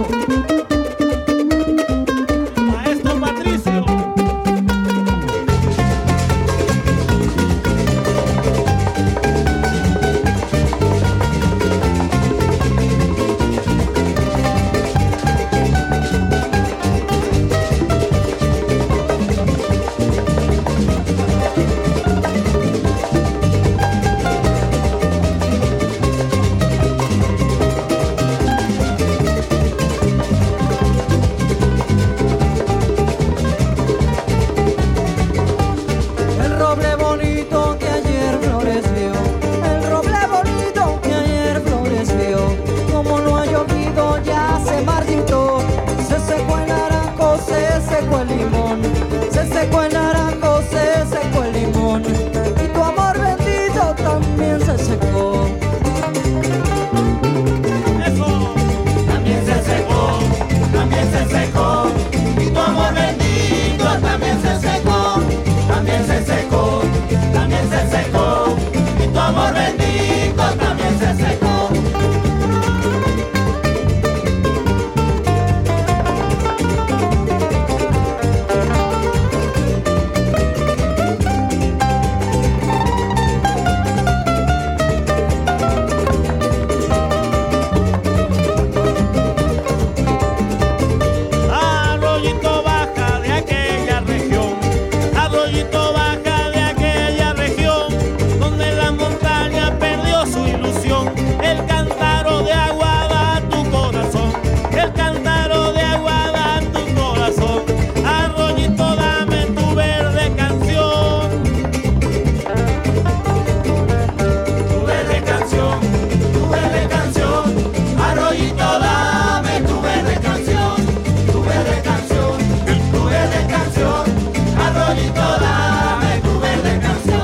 Juanito, dame tu verde canción.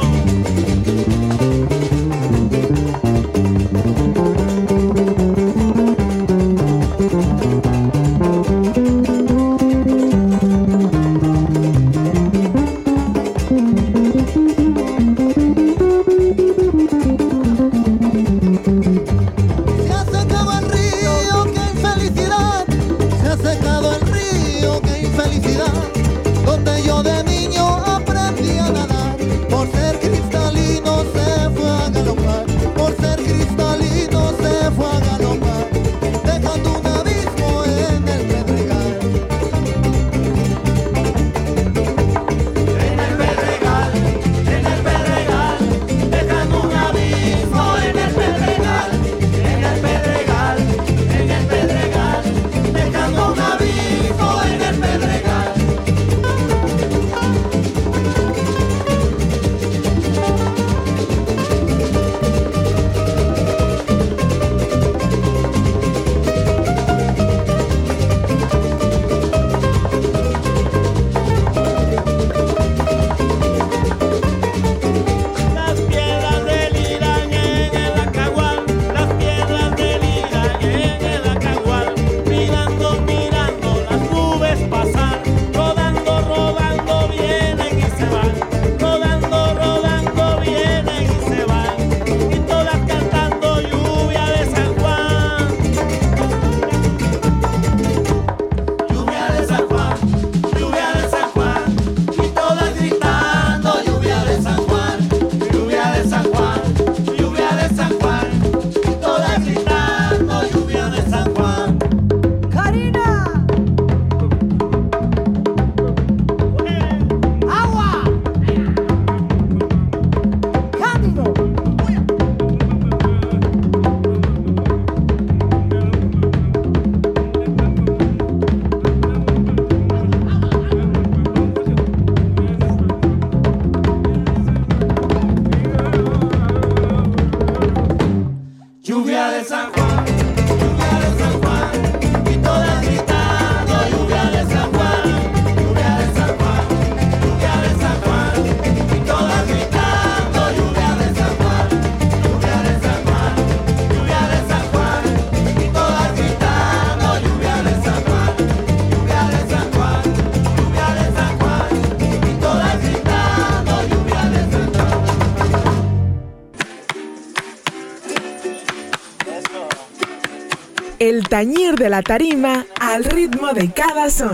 El tañir de la tarima al ritmo de cada son.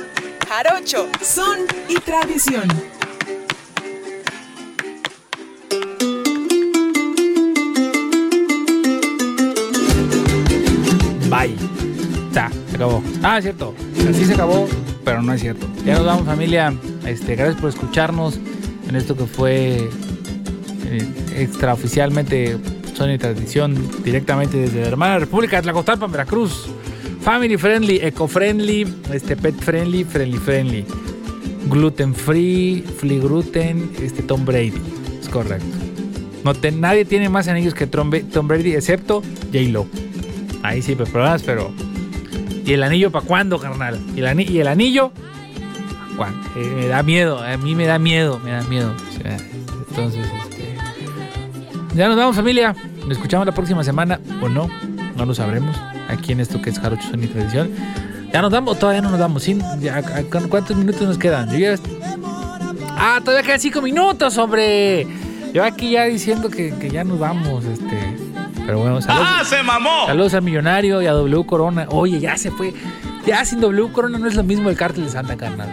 Jarocho, son y tradición. Bye. Ya, se acabó. Ah, es cierto. Sí se acabó, pero no es cierto. Ya nos vamos, familia. Este, gracias por escucharnos en esto que fue eh, extraoficialmente Son y Tradición, directamente desde la hermana República de Tlacotalpan, Veracruz. Family friendly, eco friendly, este, pet friendly, friendly friendly. Gluten free, free gluten, este, Tom Brady. Es correcto. No te, nadie tiene más anillos que Tom, Tom Brady, excepto J-Lo. Ahí sí, pues problemas, pero... ¿Y el anillo para cuándo, carnal? ¿Y el, ani- y el anillo? ¿Cuándo? Eh, me da miedo, a mí me da miedo, me da miedo. O sea, entonces, este... ya nos vamos, familia. Nos escuchamos la próxima semana, o no, no lo sabremos. Aquí en esto que es Jarocho, Son y Tradición. ¿Ya nos damos? Todavía no nos damos. ¿Sí? Ya, ¿cuántos minutos nos quedan? Yo ya... Ah, todavía quedan cinco minutos, hombre. Yo aquí ya diciendo que, que ya nos vamos, este... Pero bueno, saludos. ¡Ah, se mamó! Saludos al Millonario y a W Corona. Oye, ya se fue. Ya sin W Corona no es lo mismo el Cártel de Santa, carnal.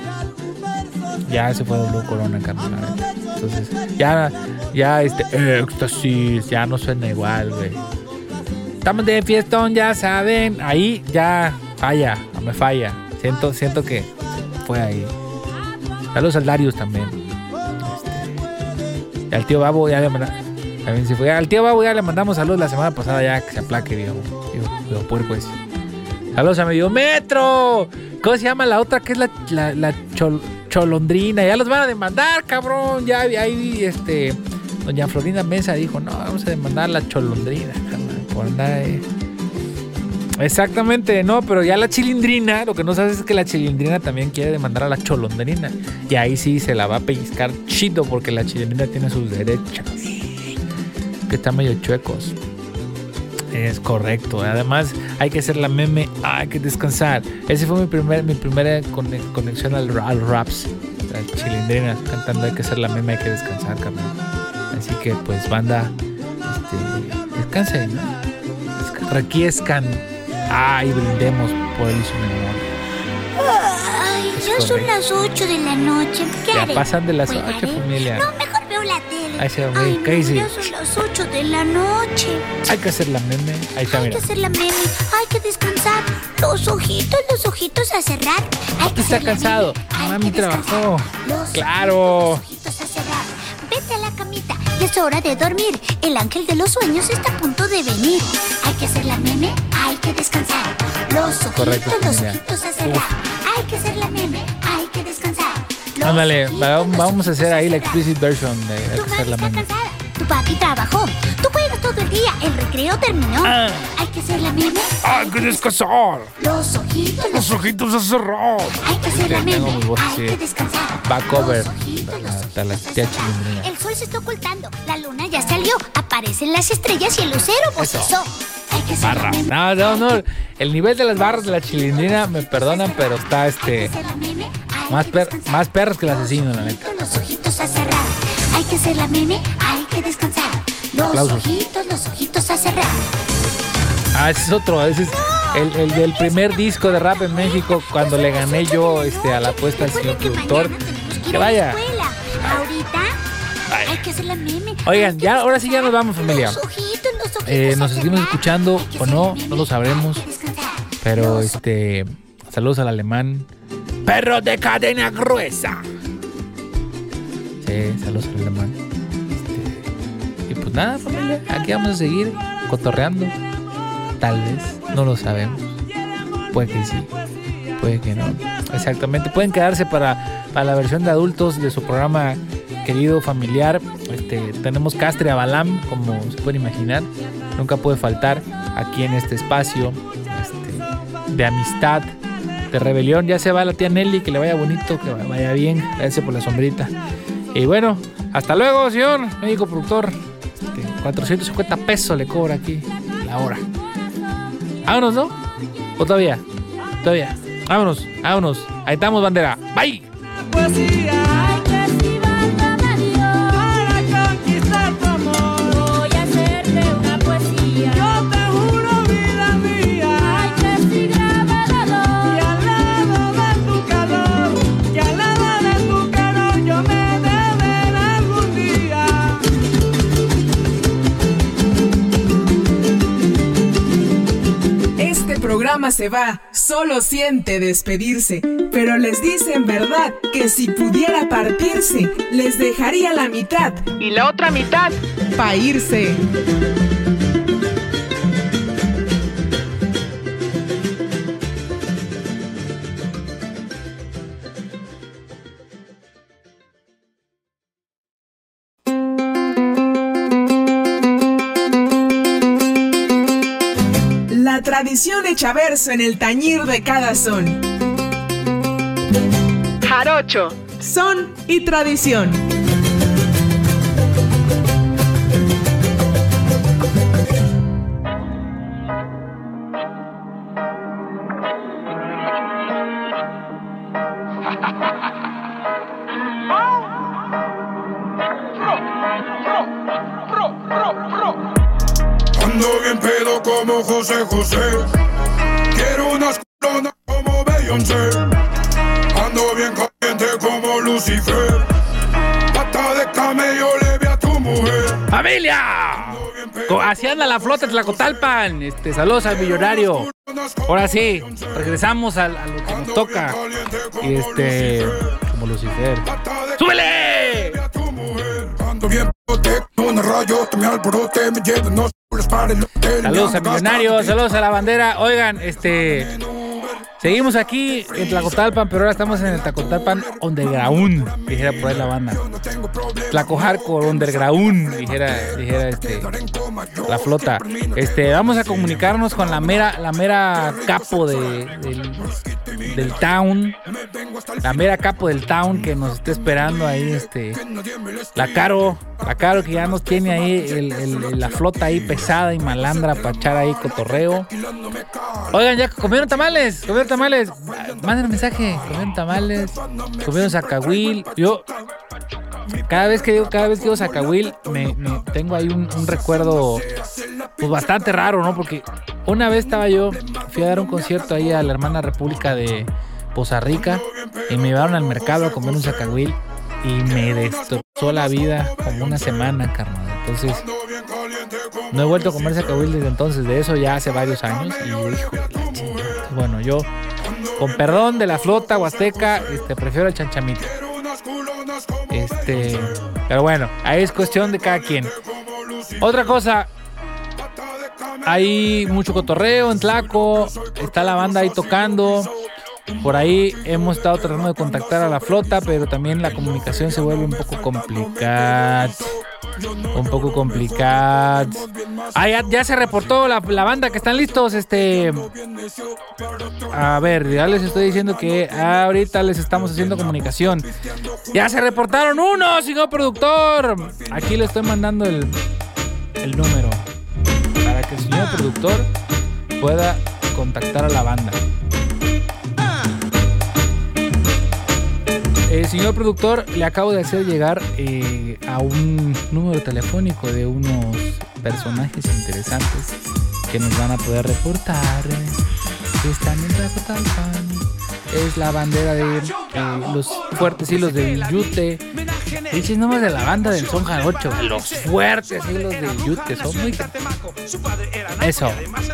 Ya se fue W Corona, carnal. Entonces, ya, ya, este, éxtasis, ya no suena igual, güey. Estamos de fiestón, ya saben. Ahí ya falla, no me falla. Siento, siento que fue ahí. Saludos al Darius también. Este, y al tío Babo ya le mandamos. También se fue. Al tío Babo ya le mandamos saludos la semana pasada, ya que se aplaque, viejo. Viejo puerco ese. Saludos a Medio Metro. ¿Cómo se llama la otra? Que es la, la, la chol, Cholondrina. Ya los van a demandar, cabrón. Ya ahí, este, doña Florinda Mesa dijo, no, vamos a demandar a la Cholondrina, carnal, por andar, eh. Exactamente, no, pero ya la Chilindrina, lo que no sabes es que la Chilindrina también quiere demandar a la Cholondrina. Y ahí sí se la va a pellizcar chido porque la Chilindrina tiene sus derechos. Que están medio chuecos. Es correcto. Además, hay que hacer la meme, hay que descansar. Ese fue mi primer, mi primera conexión al, al raps. La Chilindrina cantando hay que hacer la meme, hay que descansar, carnal. Así que, pues, banda, este, descansen, ¿no? Desca- requiescan. Ay, brindemos por él y su memoria. Ay, Es ya son correcto. las ocho de la noche. ¿Qué Ya haré? pasan de las ¿Jugaré? ocho, familia. No, mejor veo la tele. Ahí se ve, Ay, ¿qué no, dice? ya son las ocho de la noche. Hay que hacer la meme. Ahí está, Hay mira. que hacer la meme, hay que descansar. Los ojitos, los ojitos a cerrar. Hay que Está hacer la cansado. meme, hay Mami que descansar. trabajó. Los Claro. ojitos, los ojitos a cerrar. Vete a la camita, ya es hora de dormir. El ángel de los sueños está a punto de venir. Hay que hacer la meme, hay que descansar. Los ojitos, Correcto, los familia. ojitos a cerrar. Hay que hacer la meme, hay que descansar. Los Ándale, ojitos, va- los vamos a hacer ojitos ahí la cerrar. explicit version de hay Tu que mami hacer la está meme. cansada, tu papi trabajó, tú juegas todo el día, el recreo terminó. Ah. Hay que hacer la meme, Hay que descansar. los ojitos, los ojitos a cerrar. hay que hacer la Tengo meme, mi voz hay así. que descansar. Va a cover. Los ojitos, los Hasta la ojitos tía a cerrar. Chilindrina. El sol se está ocultando, la luna ya salió, aparecen las estrellas y el lucero bostezó. Hay que hacer la Barra. meme, No, no, no. El nivel de las barras de la Chilindrina, me perdonan, pero está hay que este. hacer la meme, hay Más, que per- descansar. más perros que el asesino, la neta. Los ojitos a cerrar, hay que hacer la meme, hay que descansar. Los Aplausos. ojitos, los ojitos a cerrar. Ah, ese es otro. Ese es el, el del primer disco de rap en México, cuando le gané yo este, a la apuesta al señor productor. Que vaya. Ahorita hay que hacer la meme. Oigan, ya, ahora sí ya nos vamos, familia. Los ojitos, los ojitos Eh, a nos seguimos cerrar. escuchando Hay que o hacer no, la meme, no lo sabremos. hay que descansar. Pero Los este. Saludos al alemán. Perro de cadena gruesa. Sí, saludos al alemán. Este, y pues nada, familia. Aquí vamos a seguir cotorreando. Tal vez, no lo sabemos. Puede que sí, puede que no. Exactamente. Pueden quedarse para, para la versión de adultos de su programa querido familiar. Este, tenemos Castre a Balam, como se pueden imaginar. Nunca puede faltar aquí en este espacio este, de amistad, de rebelión. Ya se va la tía Nelly, que le vaya bonito, que vaya bien. Gracias por la sombrita. Y bueno, hasta luego, señor médico productor. Este, cuatrocientos cincuenta pesos le cobra aquí la hora. Vámonos, ¿no? ¿O todavía? Todavía. Vámonos, vámonos. Ahí estamos, bandera. Bye. Poesía, ay, que si válgame Dios, para conquistar tu amor. Voy a hacerte una poesía. Yo te juro, vida mía, ay, que si graba dolor. Y al lado de tu calor, y al lado de tu calor, yo me deben algún día. Este programa se va, solo siente despedirse, pero les dice en verdad que si pudiera partirse, les dejaría la mitad y la otra mitad pa' irse. La tradición hecha verso en el tañir de cada son. Jarocho, son y tradición. Ando bien pedo como José José. Quiero unas coronas como Beyoncé. Ando bien caliente como Lucifer. Pata de camello le vi a tu mujer. ¡Familia! Co- Así anda la flota de Tlacotalpan. Este, saludos al millonario. Ahora sí, regresamos a, a lo que nos toca. Y este, como Lucifer. ¡Súbele! Ando bien pedote, un rayo, te me alborote, me llevo unos culos para el hotel. Saludos al millonario, saludos a la bandera. Oigan, este, seguimos aquí en Tlacotalpan, pero ahora estamos en el Tlacotalpan Underground, dijera por ahí la banda. Tlacojarco Underground, dijera, dijera este, la flota. Este, vamos a comunicarnos con la mera, la mera capo de, del, del town, la mera capo del town que nos está esperando ahí, este, la Caro, la Caro que ya nos tiene ahí el, el, la flota ahí pesada y malandra para echar ahí cotorreo. Oigan, ya comieron tamales, comieron tamales, manden un mensaje, comieron tamales, comieron zacahuil. Yo cada vez que digo, cada vez que digo zacahuil, me, me tengo ahí un, un recuerdo pues bastante raro, ¿no? Porque una vez estaba yo, fui a dar un concierto ahí a la hermana República de Poza Rica y me llevaron al mercado a comer un zacahuil y me destrozó la vida como una semana, carnal. Entonces no he vuelto a comer zacahuil desde entonces, de eso ya hace varios años. Y hijo de la chingada. Bueno, yo, con perdón de la flota huasteca, este, prefiero el chanchamito. Este, pero bueno, ahí es cuestión de cada quien. Otra cosa, hay mucho cotorreo en Tlaco, está la banda ahí tocando. Por ahí hemos estado tratando de contactar a la flota, pero también la comunicación se vuelve un poco complicada. Un poco complicada. Ah, ya, ya se reportó la, la banda que están listos. Este, a ver, ya les estoy diciendo que ahorita les estamos haciendo comunicación. Ya se reportaron uno, señor productor. Aquí le estoy mandando el, el número para que el señor productor pueda contactar a la banda. Eh, señor productor, le acabo de hacer llegar eh, a un número telefónico de unos personajes interesantes que nos van a poder reportar que están en Tlacotalpan. Es la bandera de eh, los fuertes hilos del Yute. Dices nomás de la banda del son jarocho. Los fuertes hilos del Yute son muy... Eso.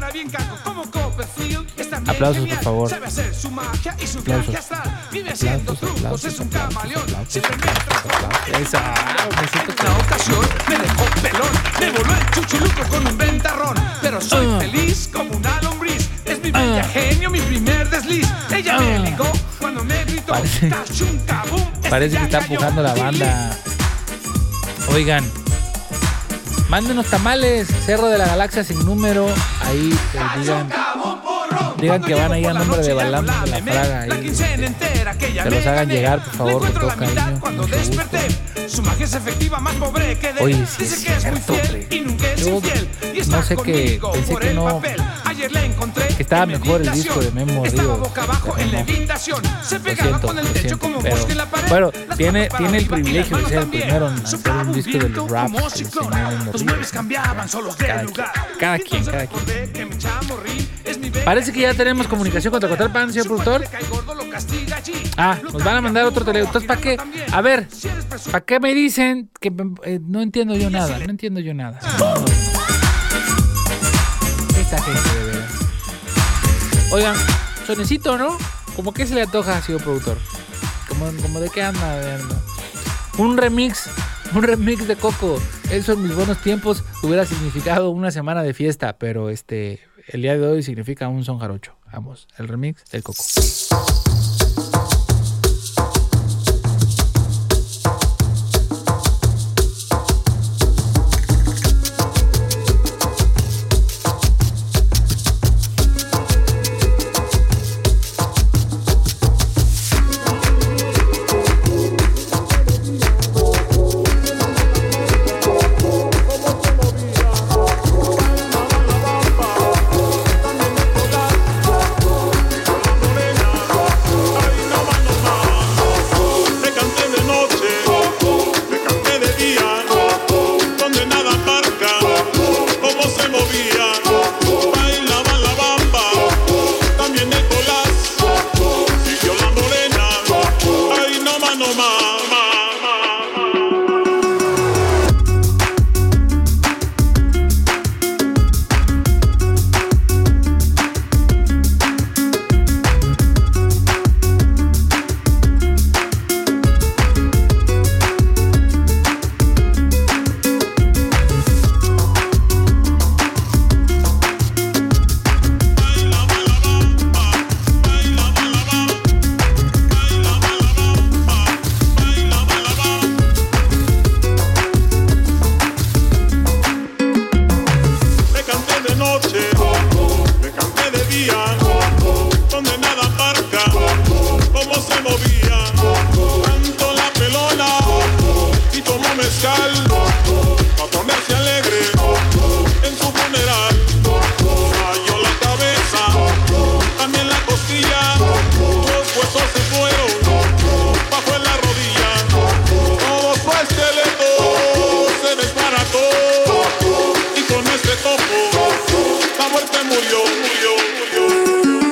Aplausos, por favor. Aplausos. Aplausos, aplausos, aplausos, aplausos. Eso. Me siento una ocasión me dejó pelón, me voló el chuchuluco con un ventarrón, pero soy uh. feliz como una lombriz. Es mi bella uh. genio, mi primer desliz. Ella uh. me ligó cuando me gritó. Parece, parece que está empujando la banda. Oigan, mándenos tamales, Cerro de la Galaxia sin número. Ahí eh, digan, digan que van ahí a nombre de Balán de la Fraga. Ahí, eh, que los hagan llegar, por favor, con todo cariño. Su magia es efectiva, más pobre que de Oye, sí es cierto, hombre. Yo no sé qué, pensé que no, que estaba mejor el disco de Memo Ríos. Lo siento, lo siento, pero bueno, tiene, tiene el privilegio de ser el primero en hacer un disco de los raps del señor Memo Ríos. Cada, cada quien, cada quien. Parece que ya tenemos comunicación con Tlacotalpan, señor productor. Ah, nos van a mandar otro teléfono. Entonces, ¿para qué? A ver, ¿para qué me dicen que eh, no entiendo yo nada? No entiendo yo nada. No, no. Esta gente, de veras. Oigan, sonecito, ¿no? ¿Cómo que se le antoja, señor productor? ¿Cómo, cómo de qué anda? De anda? Un remix, un remix de Coco. Eso en mis buenos tiempos hubiera significado una semana de fiesta, pero este, el día de hoy significa un son jarocho. Vamos, el remix del Coco. Morena, mezcal, pa' ponerse alegre en su funeral. Cayó la cabeza, también la costilla, los huesos se fueron bajo en la rodilla. Todo su esqueleto se desbarató y con este topo la muerte murió, murió, murió.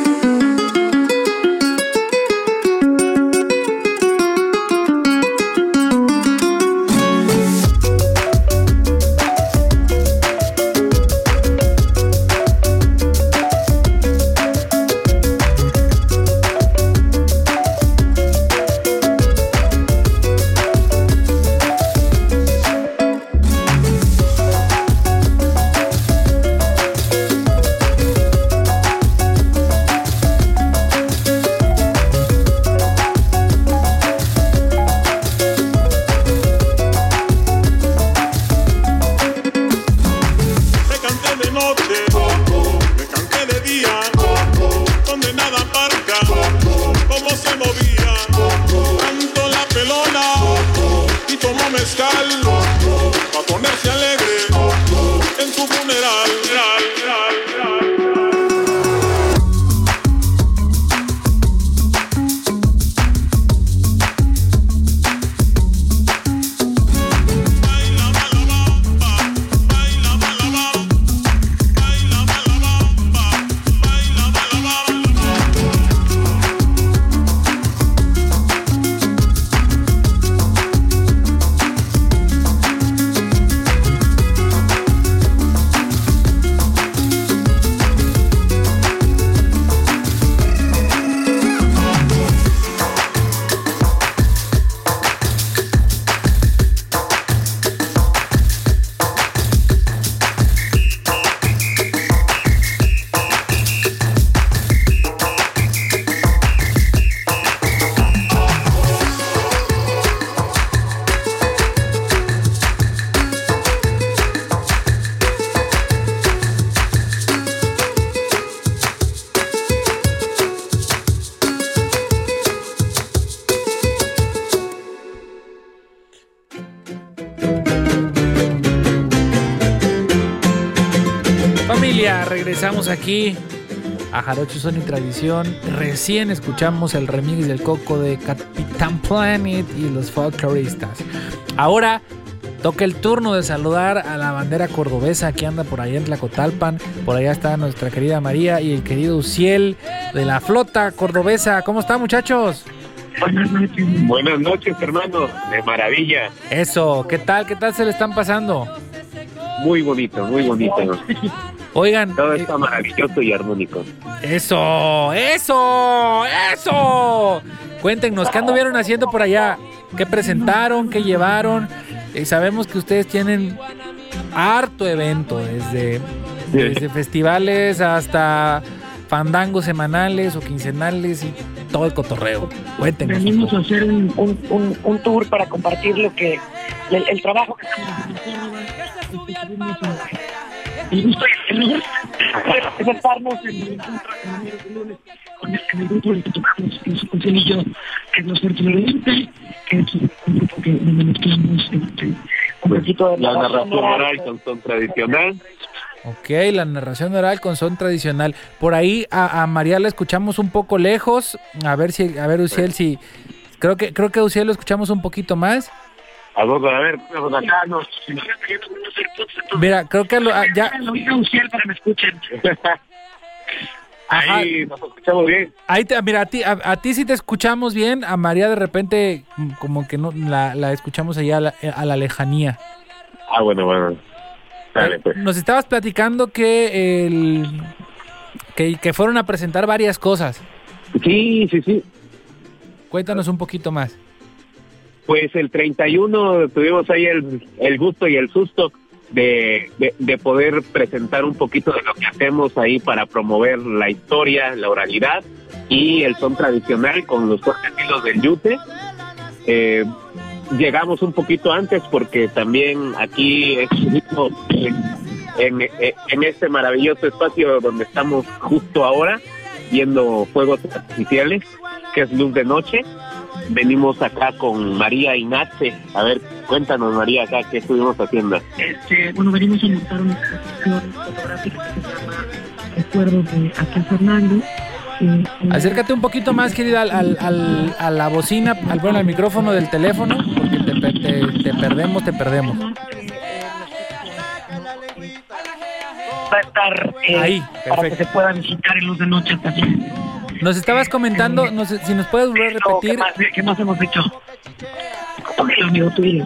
Regresamos aquí a Jarocho Son y Tradición. Recién escuchamos el remix del Coco de Capitán Planet y los folcloristas. Ahora toca el turno de saludar a la bandera cordobesa que anda por allá en Tlacotalpan. Por allá está nuestra querida María y el querido Uciel de la flota cordobesa. ¿Cómo están, muchachos? Buenas noches. Buenas noches, hermano. De maravilla. Eso, ¿qué tal? ¿Qué tal se le están pasando? Muy bonito, muy bonito. Oigan, todo está eh, maravilloso y armónico. Eso, eso, eso. Cuéntenos, ¿qué anduvieron haciendo por allá? ¿Qué presentaron? ¿Qué llevaron? Eh, sabemos que ustedes tienen harto evento, desde, desde festivales hasta fandangos semanales o quincenales y todo el cotorreo. Cuéntenos. Venimos a hacer un, un, un, un tour para compartir lo que el, el trabajo que estamos haciendo. El gusto y el honor de presentarnos en el encuentro de lunes con este grupo que tocamos en su canción y yo, que es Los Fortunadamente, que es un grupo que donde mezclamos este, un poquito de la narración oral con son tradicional. Ok, la narración oral con son tradicional. Por ahí a, a María la escuchamos un poco lejos. A ver si, a ver Uciel, si creo que creo que Uciel lo escuchamos un poquito más. A vos, a ver, acá no. Mira, creo que lo, ya. Lo hice Uciel para que me escuchen. Ahí nos escuchamos bien. Ahí te, mira, a ti, a, a ti sí te escuchamos bien. A María de repente como que no la, la escuchamos allá a la, a la lejanía. Ah, bueno, bueno. Dale, pues. Nos estabas platicando que el que, que fueron a presentar varias cosas. Sí, sí, sí. Cuéntanos un poquito más. Pues el treinta y uno tuvimos ahí el, el gusto y el susto de, de, de poder presentar un poquito de lo que hacemos ahí para promover la historia, la oralidad y el son tradicional con los cuatro estilos del yute. Eh, llegamos un poquito antes porque también aquí estuvimos en, en, en este maravilloso espacio donde estamos justo ahora viendo fuegos artificiales, que es Luz de Noche. venimos acá con María Inace. A ver, cuéntanos, María, acá qué estuvimos haciendo. Este, bueno, venimos a montar una exposición fotográfica que se llama Recuerdos de Aquel Fernando. Eh, Acércate un poquito más, querida, al, al, al- a la bocina, al, bueno, al micrófono del teléfono, porque te, pe- te- te perdemos, te perdemos. Va a estar eh, Ahí, para que perfecto. se pueda visitar en luz de noche también. Nos estabas comentando, no sé, si nos puedes volver a ¿Qué repetir. más, qué más hemos hecho? Tómelo, amigo, tú dile.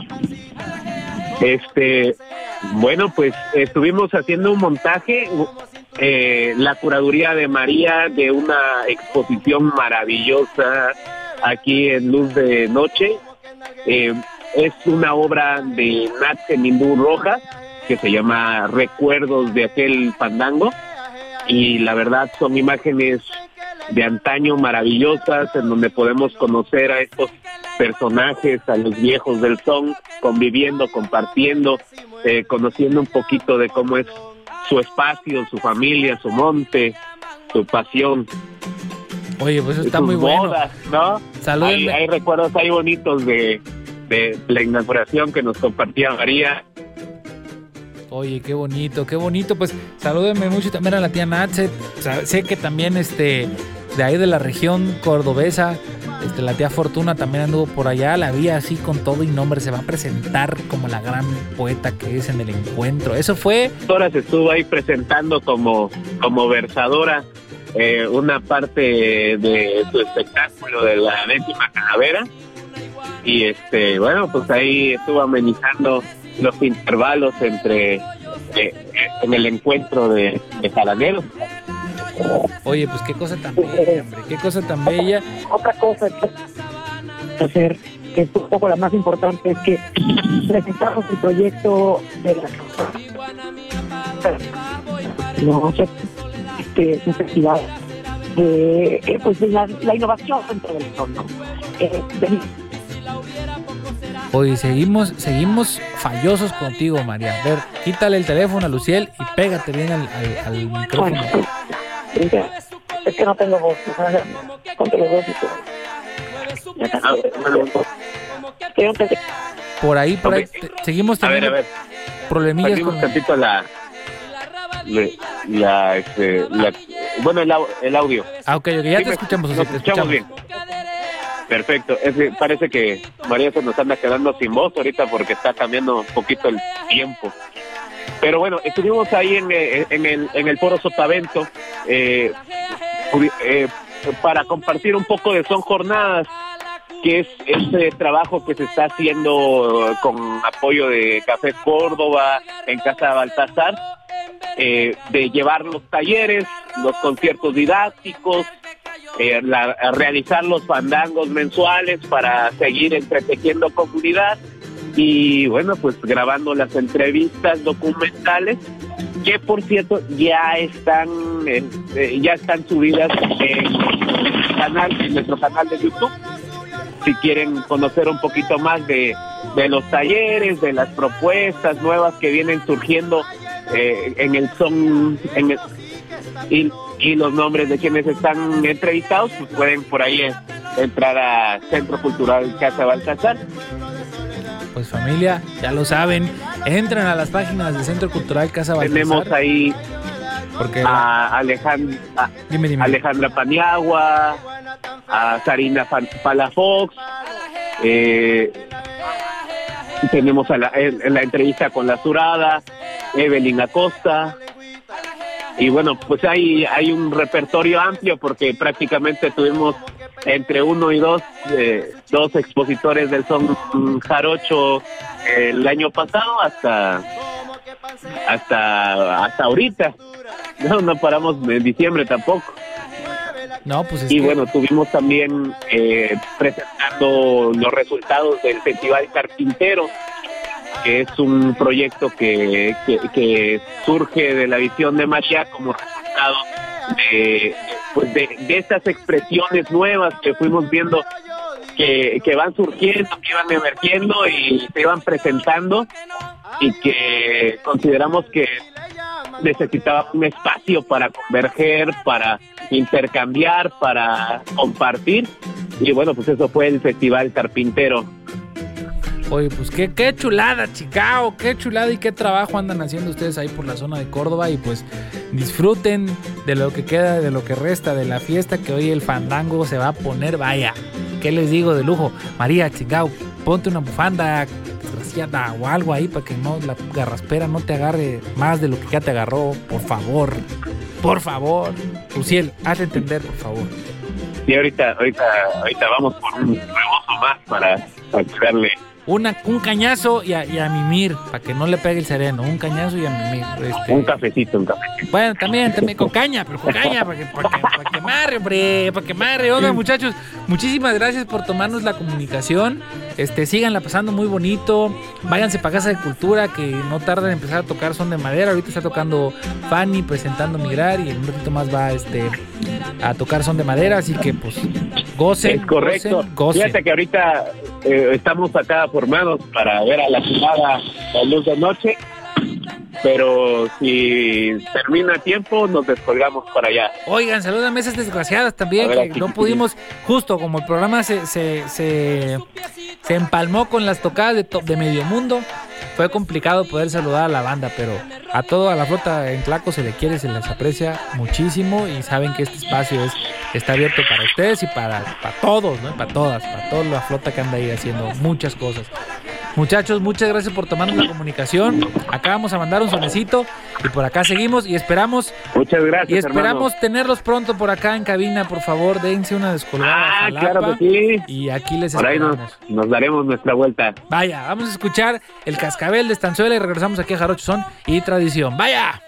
Este, bueno, pues estuvimos haciendo un montaje, eh, la curaduría de María de una exposición maravillosa aquí en Luz de Noche. Eh, es una obra de Natse Mindú Rojas que se llama Recuerdos de Aquel Fandango, y la verdad son imágenes de antaño maravillosas en donde podemos conocer a estos personajes, a los viejos del son, conviviendo, compartiendo, eh, conociendo un poquito de cómo es su espacio, su familia, su monte, su pasión. Oye, pues eso está sus muy bueno. bodas, ¿no? Salúdenme. Hay, hay recuerdos ahí bonitos de, de la inauguración que nos compartía María. Oye, qué bonito, qué bonito. Pues salúdenme mucho también a la tía Natset. O sea, sé que también este de ahí de la región cordobesa, este, la tía Fortuna también anduvo por allá. La vi así con todo y nombre. Se va a presentar como la gran poeta que es en el encuentro. Eso fue. Horas estuvo ahí presentando como, como versadora eh, una parte de su espectáculo de la décima calavera. Y este, bueno, pues ahí estuvo amenizando los intervalos entre eh, en el encuentro de, de jaraneros. Oye, pues qué cosa tan bella, hombre. Qué cosa tan bella. Otra cosa que hacer, que es un poco la más importante, es que presentamos el proyecto de la no, este, un festival de, eh, pues de la, la innovación dentro del son, ¿no? Eh, de- Oye, seguimos, seguimos fallosos contigo, María. A ver, quítale el teléfono a Luciel y pégate bien al, al, al micrófono. Es que no tengo voz, o sea, ponte los dos y todo. Por ahí, por ahí, te- seguimos A ver, teniendo a ver, problemillas perdimos con... tantito la, la, la, este, la- bueno, el, au- el audio. Ah, ok, ok, ya Sí, te me- escuchamos, nos José, te escuchamos escuchamos. bien. Perfecto. Es que parece que María se nos anda quedando sin voz ahorita porque está cambiando un poquito el tiempo. Pero bueno, estuvimos ahí en, eh, en, el, en el Foro Sotavento eh, pudi- eh, para compartir un poco de Son Jornadas, que es este trabajo que se está haciendo con apoyo de Café Córdoba en Casa Baltasar, eh, de llevar los talleres, los conciertos didácticos, eh, la, a realizar los fandangos mensuales para seguir entretejiendo comunidad y bueno, pues grabando las entrevistas documentales que por cierto ya están eh, eh, ya están subidas en, el canal, en nuestro canal de YouTube. Si quieren conocer un poquito más de, de los talleres, de las propuestas nuevas que vienen surgiendo eh, en el son en el, y, y los nombres de quienes están entrevistados, pues pueden por ahí eh, entrar a Centro Cultural Casa Baltasar. Pues familia, ya lo saben, entran a las páginas del Centro Cultural Casa Baltasar. Tenemos ahí porque a, Alejand a dime, dime. Alejandra Paniagua, a Sarina Fan- Palafox, eh, tenemos a la, en, en la entrevista con la Zurada, Evelyn Acosta, y bueno, pues hay, hay un repertorio amplio porque prácticamente tuvimos entre uno y dos, eh, dos expositores del son jarocho eh, el año pasado hasta hasta hasta ahorita. No, no paramos en diciembre tampoco. No, pues es y que... bueno, tuvimos también eh, presentando los resultados del Festival Carpintero, que es un proyecto que, que, que surge de la visión de María como resultado de, pues de, de estas expresiones nuevas que fuimos viendo que, que van surgiendo, que iban emergiendo y se iban presentando y que consideramos que necesitaba un espacio para converger, para intercambiar, para compartir y bueno, pues eso fue el Festival Carpintero. Oye, pues qué, qué chulada, Chicago, qué chulada y qué trabajo andan haciendo ustedes ahí por la zona de Córdoba. Y pues disfruten de lo que queda, de lo que resta de la fiesta, que hoy el fandango se va a poner, vaya, ¿qué les digo de lujo? María, Chicago, ponte una bufanda desgraciada o algo ahí para que no la garraspera no te agarre más de lo que ya te agarró, por favor, por favor. Uciel, hazle entender, por favor. Y ahorita, ahorita, ahorita vamos por un rebozo más para, para echarle Una, un cañazo y a, y a mimir, para que no le pegue el sereno. Un cañazo y a mimir. Este... Un cafecito, un cafecito. Bueno, también, también con caña, pero con caña, para que, para que, para que marre, hombre, para que marre. Oigan, muchachos, muchísimas gracias por tomarnos la comunicación. Este, síganla pasando muy bonito. Váyanse para Casa de Cultura, que no tarda en empezar a tocar Son de Madera. Ahorita está tocando Fanny, presentando Migrar, y en un ratito más va este, a tocar Son de Madera. Así que, pues, gocen. Es correcto. Gocen, gocen. Fíjate que ahorita eh, estamos acá formados para ver a la ciudad la luz de noche, pero si termina a tiempo nos descolgamos para allá. Oigan, salúdame a esas desgraciadas también, ver, que aquí, no pudimos, justo como el programa se se, se, se empalmó con las tocadas de, to, de Medio Mundo, fue complicado poder saludar a la banda, pero a toda la flota en Tlaco se le quiere, se les aprecia muchísimo, y saben que este espacio es está abierto para ustedes y para, para todos, ¿no? Para todas, para toda la flota que anda ahí haciendo muchas cosas. Muchachos, muchas gracias por tomarnos la comunicación. Acá vamos a mandar un sonecito y por acá seguimos y esperamos. Muchas gracias, Y esperamos hermano. tenerlos pronto por acá en cabina, por favor, dense una descolgada. Ah, a Jalapa, claro que sí. Y aquí les Por ahí esperamos. nos, nos daremos nuestra vuelta. Vaya, vamos a escuchar el Cascabel de Estanzuela y regresamos aquí a Jarocho Son y Tradición. ¡Vaya!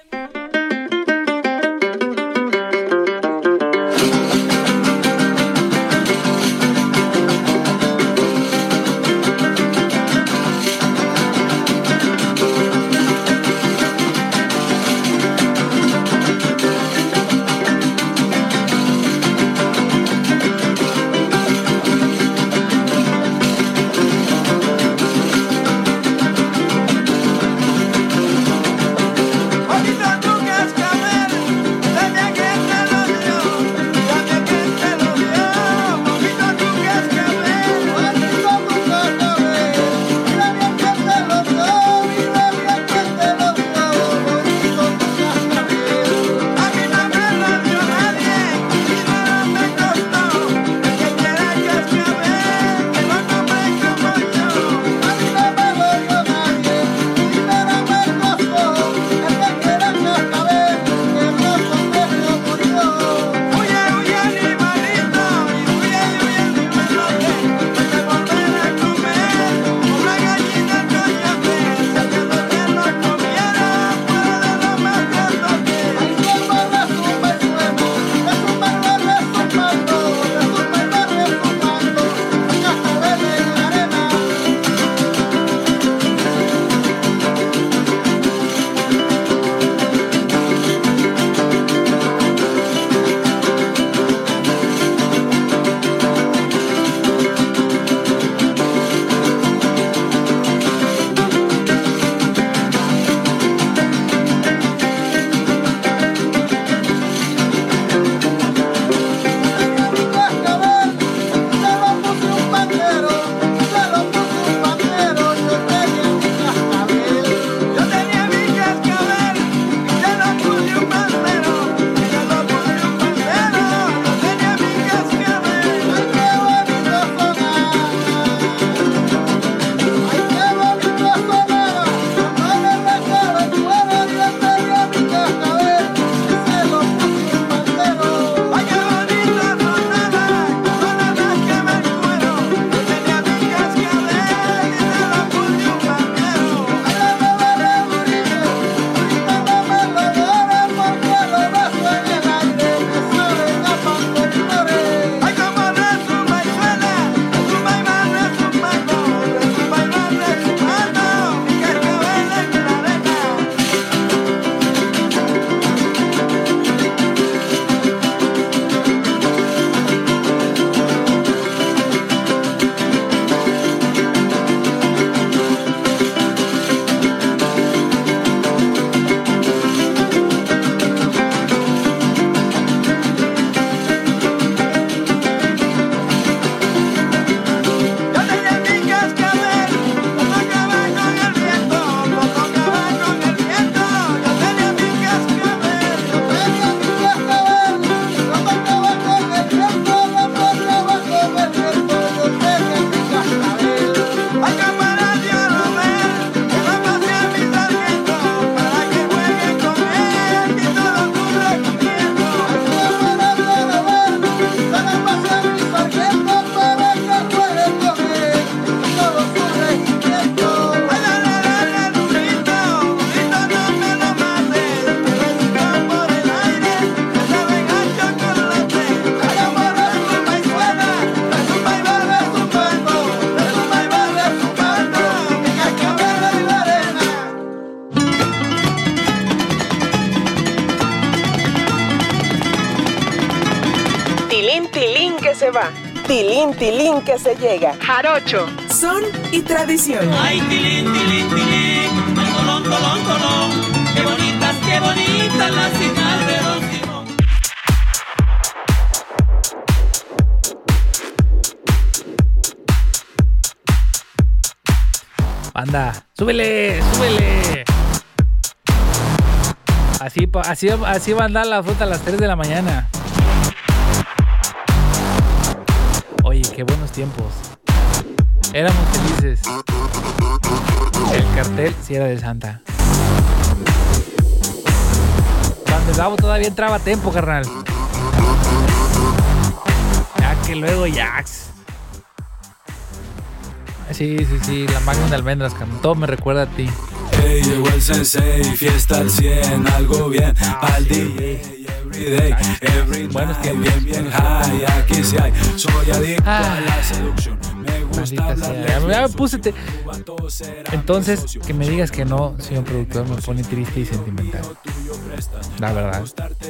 Aquí va. Tilín, tilín que se llega. Jarocho, son y tradición. Ay, tilín, tilín, tilín. Ay, tolón, tolón, tolón. Qué bonitas, qué bonitas las hijas de Don Simón. Anda, súbele, súbele. Así, pa- así, así va a andar la fruta a las tres de la mañana. Oye, qué buenos tiempos. Éramos felices. El cartel sí era de Santa. Cuando el Gabo todavía entraba a tiempo, carnal. Ya que luego Jax. Sí, sí, sí, la Magnum de almendras, carnal. Todo me recuerda a ti. Hey, llegó el sensei, fiesta al cien, algo bien, al D J, everyday, every Buenos night, bien, bien high, aquí sí hay, soy adicto a la seducción, me gusta hablarle. Ya me- ya me puse te- Entonces, que me digas que no, señor productor, me pone triste y sentimental. La verdad.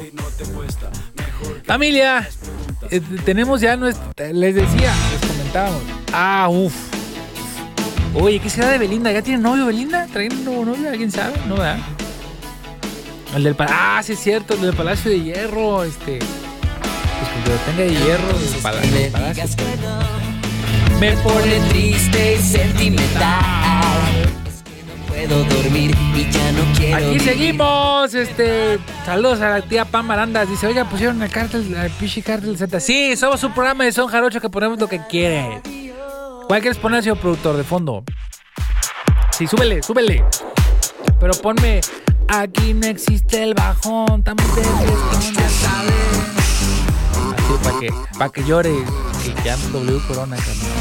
Familia, eh, tenemos ya nuestra, les decía, les comentábamos. Ah, uff. Oye, ¿qué será de Belinda? ¿Ya tiene novio Belinda? ¿Traen un nuevo novio? ¿Alguien sabe? No, ¿verdad? El del Palacio. Ah, sí es cierto, el del Palacio de Hierro. Este. Pues que lo tenga de hierro. El Palacio. El Palacio. Me pone triste y sentimental. Es que no puedo dormir y ya no quiero. Aquí vivir. seguimos. Este. Saludos a la tía Pam Marandas. Dice, oiga, pusieron el cártel, el pichi cártel Z. Sí, somos un programa de son jarocho que ponemos lo que quiere. ¿Cuál quieres poner, señor productor, de fondo? Sí, súbele, súbele. Pero ponme, aquí no existe el bajón, estamos de fiestón, ya sabes. Así, para que, para que llore que ya no W Corona,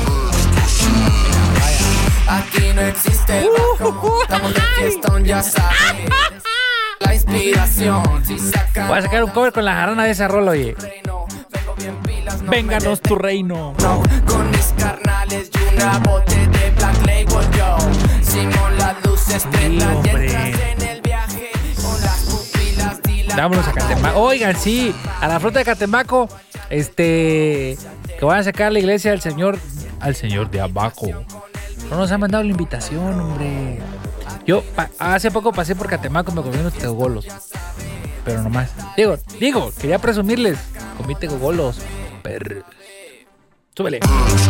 Aquí no existe el bajón, estamos de fiestón, ya sabes. La inspiración, si sacan. Voy a sacar un cover con la jarana de esa rola, oye. Vénganos tu reino. No, con mis carnales y una bote de Black Label, yo. Simón, las luces prendan y entras en el viaje con las pupilas dilatadas. Vámonos a Catemaco. Oigan, sí, a la flota de Catemaco, este, que van a sacar a la iglesia al señor, al señor de abajo. No nos han mandado la invitación, hombre. Yo pa- hace poco pasé por Catemaco y me comí unos tegogolos. Pero nomás. Digo, digo, quería presumirles. Comí tegogolos. Perro. Súbele.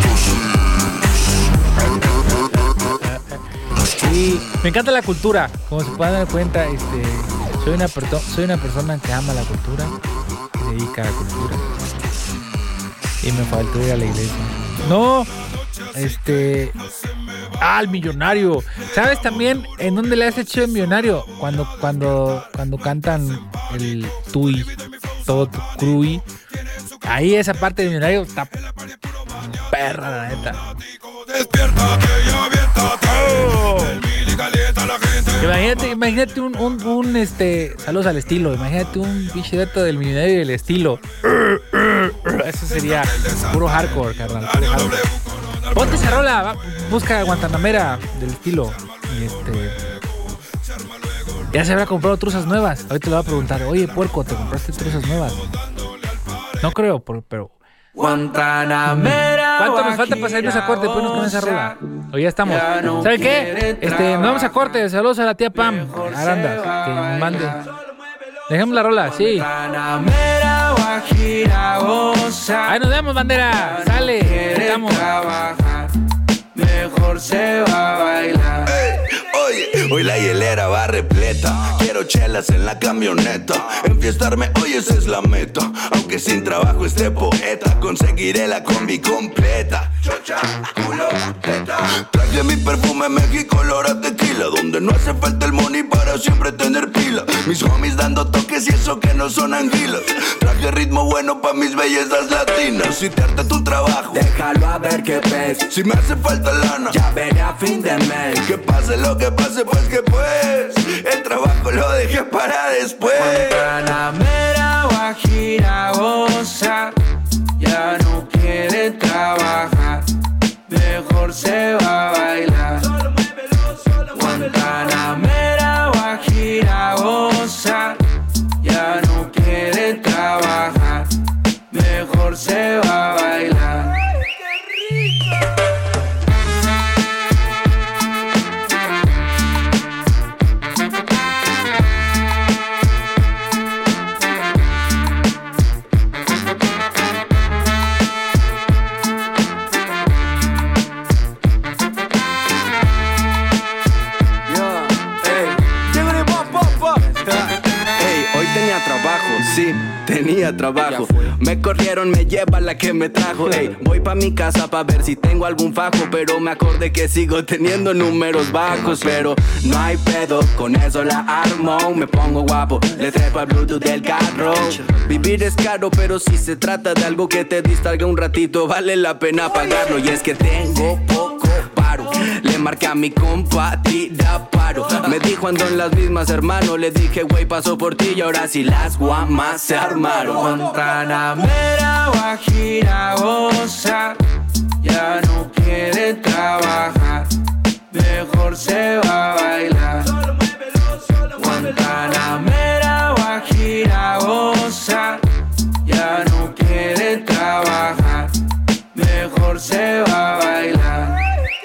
Sí, me encanta la cultura. Como se pueden dar cuenta, este, soy una, perto- soy una persona que ama la cultura, que se dedica a la cultura. Y me faltó ir a la iglesia. No, este... Ah, el millonario. ¿Sabes también en dónde le hace chido el millonario? Cuando, cuando, cuando cantan el Tui, todo tu Crui. Ahí esa parte del millonario está perra, la neta. Oh. Imagínate, imagínate un, un, un, este, saludos al estilo. Imagínate un bicho del millonario y del estilo. Eso sería puro hardcore, carnal. Puro hardcore. Ponte esa rola, va, busca Guantanamera del estilo. Y este. Ya se habrá comprado truzas nuevas. Ahorita le voy a preguntar, oye, puerco, ¿te compraste truzas nuevas? No creo, por, pero. Guantanamera. ¿Cuánto nos falta para salirnos a corte? Después nos con esa rola. O ya estamos. ¿Saben qué? Este, nos vamos a corte. Saludos a la tía Pam Aranda, que nos mande. Dejemos la rola, sí. Ahí nos vemos, bandera. Sale. Estamos. Mejor se va a bailar. Oye, hoy la hielera va repleta. Quiero chelas en la camioneta. Enfiestarme hoy esa es la meta. Aunque sin trabajo esté poeta, conseguiré la combi completa. Chocha, culo, teta. Traje mi perfume México, olor a tequila, donde no hace falta el money para siempre tener pila. Mis homies dando toques y eso que no son anguilas. Traje ritmo bueno pa' mis bellezas latinas. Si te harta tu trabajo, déjalo a ver qué ves. Si me hace falta lana, ya veré a fin de mes. Que pase lo que pase, pues que pues. El trabajo lo dejé para después. Guantanamera, Guajira, goza. Ya no quiere trabajar. Mejor se va a bailar. Guantanamera, Guajira, goza. Ya no quiere trabajar. Mejor se va a bailar. sí, tenía trabajo. Me corrieron, me lleva la que me trajo. Ey, voy pa' mi casa pa' ver si tengo algún fajo, pero me acordé que sigo teniendo números bajos. Pero no hay pedo, con eso la armo. Me pongo guapo, le trepo al Bluetooth del carro. Vivir es caro, pero si se trata de algo que te distraiga un ratito, vale la pena pagarlo. Y es que tengo poco paro. Le marqué a mi compa, tira paro. Me dijo ando en las mismas, hermano. Le dije, güey, paso por ti y ahora sí las guamas se armaron. Guantanamera, Guajira, goza, ya no quiere trabajar, mejor se va a bailar. Guantanamera, Guajira, goza, ya no quiere trabajar, mejor se va a bailar.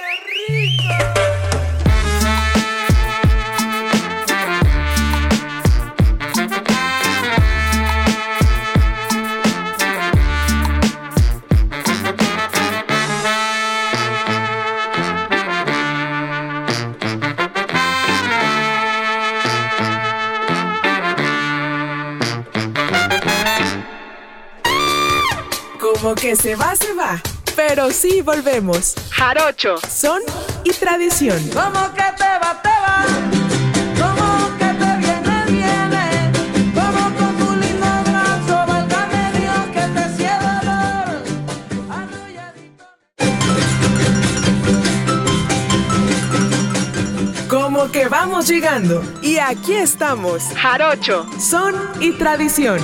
Como que se va, se va, pero sí volvemos. Jarocho, son y tradición. Como que te va, te va. Como que te viene, viene. Como con tu lindo brazo, válgame Dios que te cierra dolor. Como que vamos llegando y aquí estamos. Jarocho, son y tradición.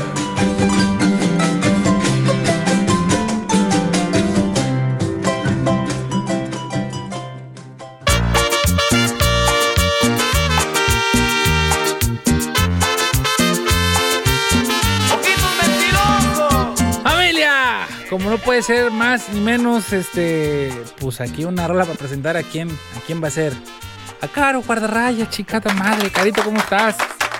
Como no puede ser más ni menos, este, pues aquí una rola para presentar a quién, a quién va a ser. A Caro Guardarraya, chicata madre. Carito, ¿cómo estás?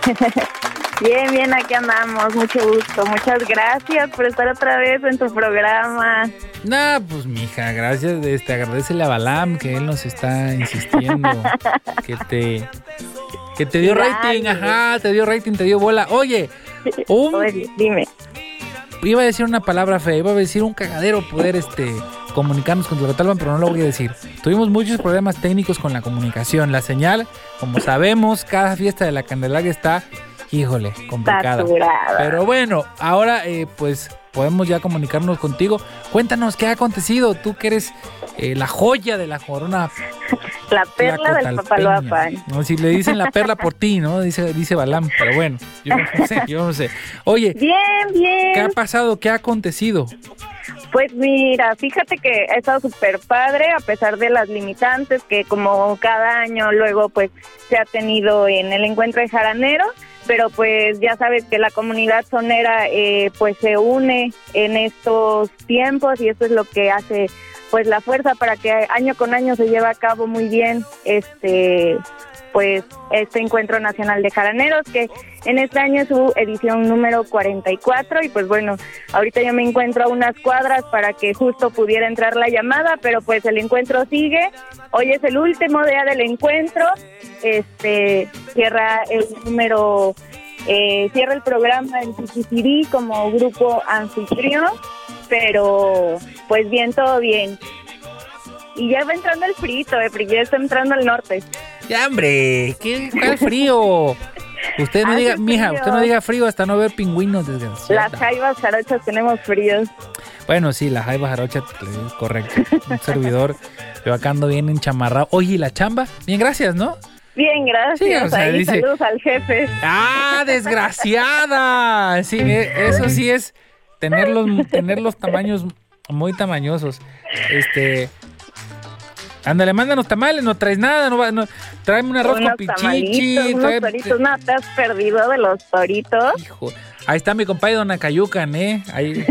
Bien, bien, aquí andamos, mucho gusto. Muchas gracias por estar otra vez en tu programa. Nah, pues mija, gracias. Este, agradecele a Balam que él nos está insistiendo. que te que te dio Dale. rating, ajá, te dio rating, te dio bola. Oye, un... Oye, dime. Iba a decir una palabra fea, iba a decir un cagadero poder este comunicarnos con Tlacotalpan, pero no lo voy a decir. Tuvimos muchos problemas técnicos con la comunicación. La señal, como sabemos, cada fiesta de la Candelaria está, híjole, complicada. Saturada. Pero bueno, ahora eh, pues podemos ya comunicarnos contigo. Cuéntanos qué ha acontecido. Tú que eres eh, la joya de la corona. La perla del Papaloapan. No, si le dicen la perla por ti, ¿no? Dice, dice Balam, pero bueno, yo no sé, yo no sé. Oye, bien, bien. ¿Qué ha pasado? ¿Qué ha acontecido? Pues mira, fíjate que ha estado súper padre a pesar de las limitantes que como cada año luego pues se ha tenido en el encuentro de jaraneros, pero pues ya sabes que la comunidad sonera eh, pues se une en estos tiempos y eso es lo que hace pues la fuerza para que año con año se lleve a cabo muy bien este pues este encuentro nacional de jaraneros, que en este año es su edición número cuarenta y cuatro y pues bueno, ahorita yo me encuentro a unas cuadras para que justo pudiera entrar la llamada, pero pues el encuentro sigue. Hoy es el último día del encuentro, este cierra el número eh, cierra el programa en C C C D como grupo anfitrión, pero pues bien, todo bien. Y ya va entrando el frito, eh, porque ya está entrando el norte. Ya, hombre, ¿qué cuál frío? Usted no diga, mija, usted no diga frío hasta no ver pingüinos, desgraciada. Las jaivas jarochas tenemos fríos. Bueno, sí, las jaivas jarochas, correcto. Un servidor, yo acá ando bien enchamarrado. Oye, ¿y la chamba? Bien, gracias, ¿no? Bien, gracias. Sí, o sea, ahí dice, saludos al jefe. ¡Ah, desgraciada! Sí, eso sí es tener los, tener los tamaños muy tamañosos. Este... Ándale, mándanos tamales, no traes nada, no va, no, tráeme un arroz unos con pichichi. Unos trae, toritos, no, te has perdido de los toritos. Hijo, ahí está mi compadre Don Acayucan, ¿eh? Ahí.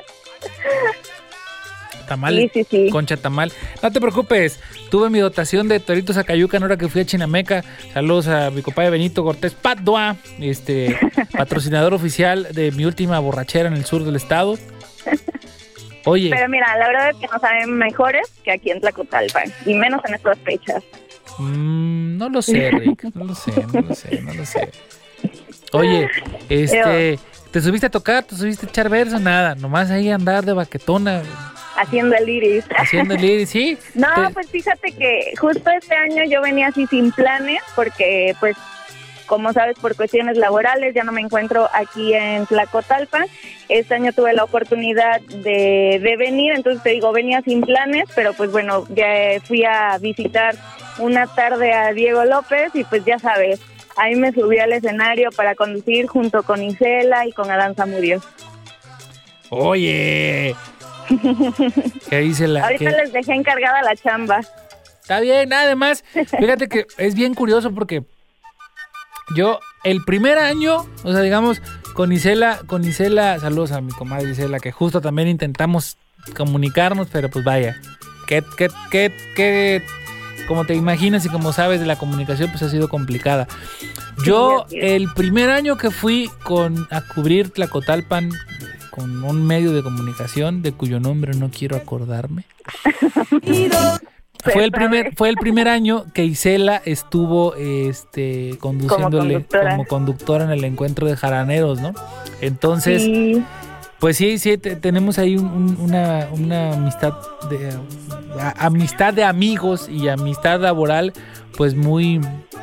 Tamales, sí, sí, sí. Concha tamal. No te preocupes, tuve mi dotación de toritos Acayucan ahora que fui a Chinameca. Saludos a mi compadre Benito Cortés Padua, este, patrocinador oficial de mi última borrachera en el sur del estado. Oye. Pero mira, la verdad es que no saben mejores que aquí en Tlacotalpan, y menos en estas fechas. Mm, no lo sé, Rick, no lo sé, no lo sé, no lo sé. Oye, este, ¿Te subiste a tocar? ¿Te subiste a echar verso? Nada, nomás ahí andar de baquetona. Haciendo el iris. Haciendo el iris, sí. No, Te- pues fíjate que justo este año yo venía así sin planes porque, pues, como sabes, por cuestiones laborales ya no me encuentro aquí en Tlacotalpan. Este año tuve la oportunidad de, de venir, entonces te digo, venía sin planes, pero pues bueno, ya fui a visitar una tarde a Diego López y pues ya sabes, ahí me subí al escenario para conducir junto con Isela y con Adán Zamudio. Oye, ¿qué dice la...? Ahorita qué- les dejé encargada la chamba. Está bien, además, fíjate que es bien curioso porque yo el primer año, o sea, digamos, con Isela, con Isela, saludos a mi comadre Isela, que justo también intentamos comunicarnos, pero pues vaya, que, que, que, que, como te imaginas y como sabes de la comunicación, pues ha sido complicada. Yo, el primer año que fui con a cubrir Tlacotalpan con un medio de comunicación de cuyo nombre no quiero acordarme. Fue el primer, fue el primer año que Isela estuvo este conduciéndole como conductora, como conductora en el encuentro de jaraneros, ¿no? Entonces, sí. pues sí, sí, te, tenemos ahí un, un, una, una amistad de a, amistad de amigos y amistad laboral, pues muy,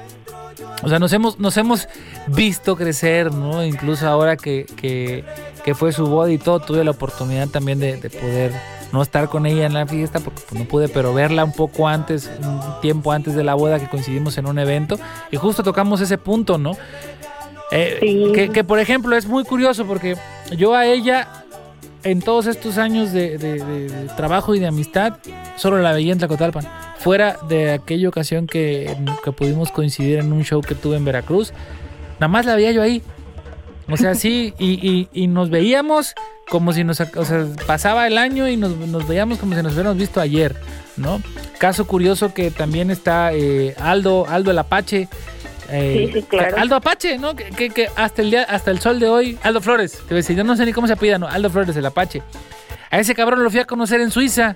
o sea, nos hemos, nos hemos visto crecer, ¿no? Incluso ahora que, que, que fue su boda y todo, tuve la oportunidad también de, de poder no estar con ella en la fiesta porque pues, no pude, pero verla un poco antes, un tiempo antes de la boda, que coincidimos en un evento y justo tocamos ese punto, ¿no? Eh, sí. que, que por ejemplo es muy curioso porque yo a ella en todos estos años de, de, de, de trabajo y de amistad solo la veía en Tlacotalpan, fuera de aquella ocasión que, que pudimos coincidir en un show que tuve en Veracruz, nada más la veía yo ahí, o sea, sí, y, y, y nos veíamos como si nos, o sea, pasaba el año y nos, nos veíamos como si nos hubiéramos visto ayer, ¿no? Caso curioso que también está eh, Aldo, Aldo el Apache. Eh, sí, sí, claro. Aldo Apache, ¿no? Que, que, que hasta el día, hasta el sol de hoy, Aldo Flores, te voy a decir, yo no sé ni cómo se apellida, ¿no? Aldo Flores, el Apache. A ese cabrón lo fui a conocer en Suiza.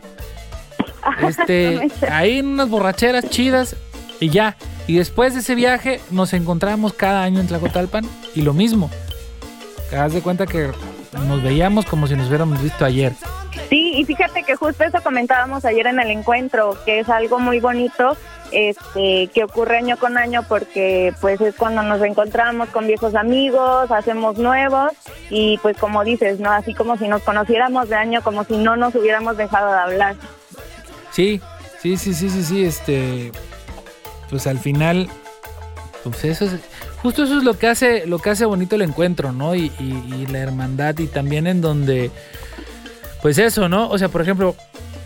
Este, ahí en unas borracheras chidas y ya. Y después de ese viaje nos encontramos cada año en Tlacotalpan y lo mismo. Te das de cuenta que nos veíamos como si nos hubiéramos visto ayer. Sí, y fíjate que justo eso comentábamos ayer en el encuentro, que es algo muy bonito, este, que ocurre año con año porque pues es cuando nos encontramos con viejos amigos, hacemos nuevos y pues como dices, ¿no? Así como si nos conociéramos de año, como si no nos hubiéramos dejado de hablar. Sí, sí, sí, sí, sí, sí, este, pues al final, pues eso es... Justo eso es lo que hace, lo que hace bonito el encuentro, ¿no? Y, y, y la hermandad, y también en donde, pues eso, ¿no? O sea, por ejemplo,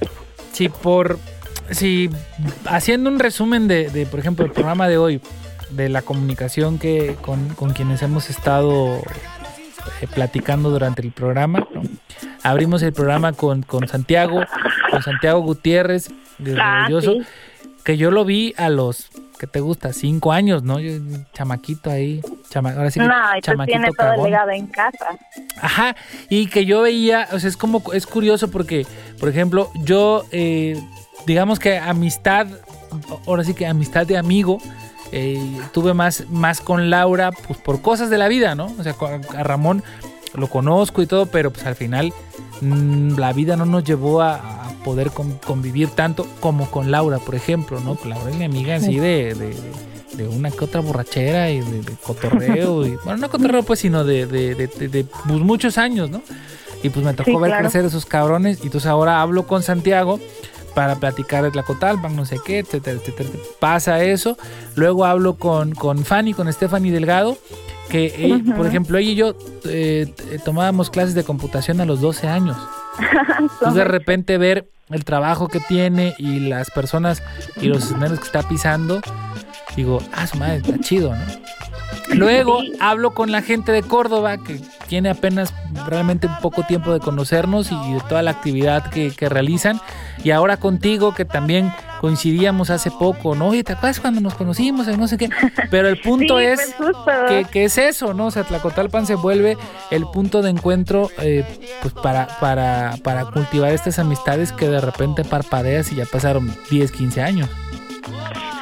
si por, si haciendo un resumen de, de por ejemplo, el programa de hoy, de la comunicación que con, con quienes hemos estado eh, platicando durante el programa, ¿no? Abrimos el programa con, con Santiago, con Santiago Gutiérrez, de Ah, Orgulloso, sí. que yo lo vi a los... ¿Qué te gusta? Cinco años, ¿no? Yo, chamaquito ahí. Chama, ahora sí que No, y pues chamaquito tiene todo el cagón. legado en casa. Ajá, y que yo veía, o sea, es como, es curioso porque, por ejemplo, yo, eh, digamos que amistad, ahora sí que amistad de amigo, eh, tuve más, más con Laura, pues por cosas de la vida, ¿no? O sea, a Ramón lo conozco y todo, pero pues al final mmm, la vida no nos llevó a, a poder con, convivir tanto como con Laura, por ejemplo, ¿no? Laura es mi amiga así de, de, de una que otra borrachera y de, de cotorreo, y bueno, no cotorreo pues, sino de, de, de, de, de pues, muchos años, ¿no? Y pues me tocó Sí, ver claro. crecer esos cabrones, y entonces ahora hablo con Santiago para platicar de Tlacotalpan, no sé qué, etcétera, etcétera. Pasa eso, luego hablo con, con Fanny, con Stephanie Delgado, que ella, Ujú. por ejemplo, ella y yo eh, t- tomábamos clases de computación a los doce años. Entonces de repente ver el trabajo que tiene y las personas y los escenarios que está pisando, digo, ah, su madre, está chido, ¿no? Luego hablo con la gente de Córdoba, que tiene apenas realmente un poco tiempo de conocernos y de toda la actividad que, que realizan. Y ahora contigo, que también coincidíamos hace poco, ¿no? Oye, ¿te acuerdas cuando nos conocimos? No sé qué. Pero el punto Sí, es pues, justo. que, que es eso, ¿no? O sea, Tlacotalpan se vuelve el punto de encuentro eh, pues para, para, para cultivar estas amistades que de repente parpadeas y ya pasaron diez, quince años.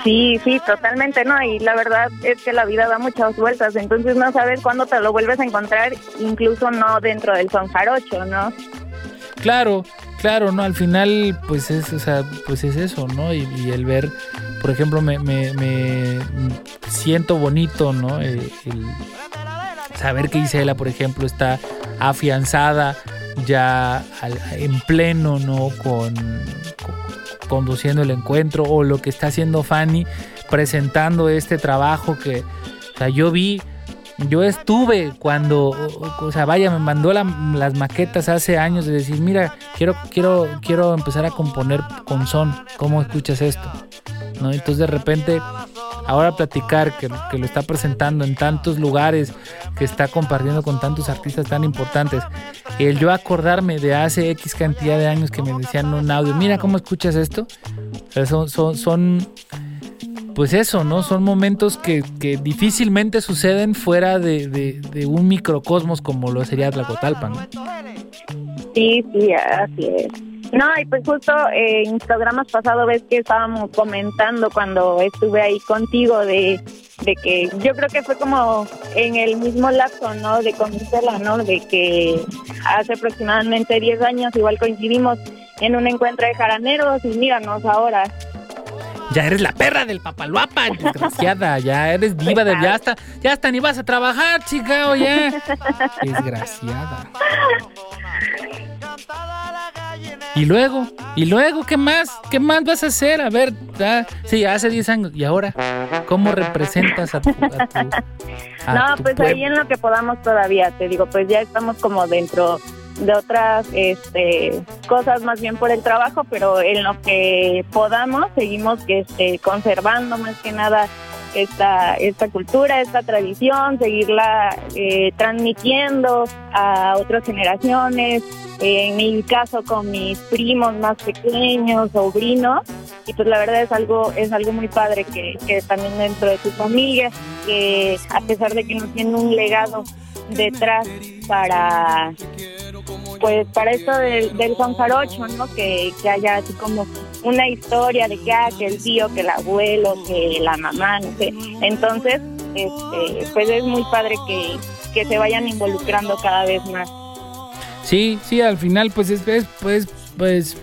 Sí, sí, totalmente, ¿no? Y la verdad es que la vida da muchas vueltas, entonces no sabes cuándo te lo vuelves a encontrar, incluso no dentro del son jarocho, ¿no? Claro, claro, ¿no? Al final, pues es, o sea, pues es eso, ¿no? Y, y el ver, por ejemplo, me, me, me siento bonito, ¿no? El, el saber que Isela, por ejemplo, está afianzada ya al, en pleno, ¿no? Con, con conduciendo el encuentro, o lo que está haciendo Fanny presentando este trabajo que, o sea, yo vi, yo estuve cuando, o, o sea, vaya, me mandó la, las maquetas hace años de decir, mira, quiero, quiero, quiero empezar a componer con son, ¿cómo escuchas esto? ¿No? Entonces de repente, ahora platicar que, que lo está presentando en tantos lugares, que está compartiendo con tantos artistas tan importantes, el yo acordarme de hace X cantidad de años que me decían un audio, mira cómo escuchas esto, o sea, son, son, son, pues eso, ¿no? Son momentos que, que difícilmente suceden fuera de, de, de un microcosmos como lo sería Tlacotalpan, ¿no? Sí, sí, así es. No, y pues justo eh, en programas pasados ves que estábamos comentando cuando estuve ahí contigo de, de que yo creo que fue como en el mismo lapso, ¿no? De conocerla, ¿no? De que hace aproximadamente diez años igual coincidimos en un encuentro de jaraneros y míranos ahora. Ya eres la perra del Papaloapan, desgraciada, ya eres diva de... Ya hasta, ya hasta ni vas a trabajar, chica, oye. Desgraciada. Y luego, y luego, ¿qué más? ¿Qué más vas a hacer? A ver, ah, sí, hace diez años. ¿Y ahora? ¿Cómo representas a tu, a tu a No, tu pues pueblo? ahí en lo que podamos todavía, te digo, pues ya estamos como dentro de otras este, cosas más bien por el trabajo, pero en lo que podamos seguimos este, conservando más que nada esta, esta cultura, esta tradición, seguirla eh, transmitiendo a otras generaciones. En mi caso con mis primos más pequeños, sobrinos, y pues la verdad es algo es algo muy padre que, que también dentro de tu familia, que a pesar de que no tiene un legado detrás para pues para esto del, del son jarocho, ¿no? Que, que haya así como una historia de que, ah, que el tío, que el abuelo, que la mamá, no sé. Entonces, este, pues es muy padre que, que se vayan involucrando cada vez más. Sí, sí, al final pues es, es pues, pues,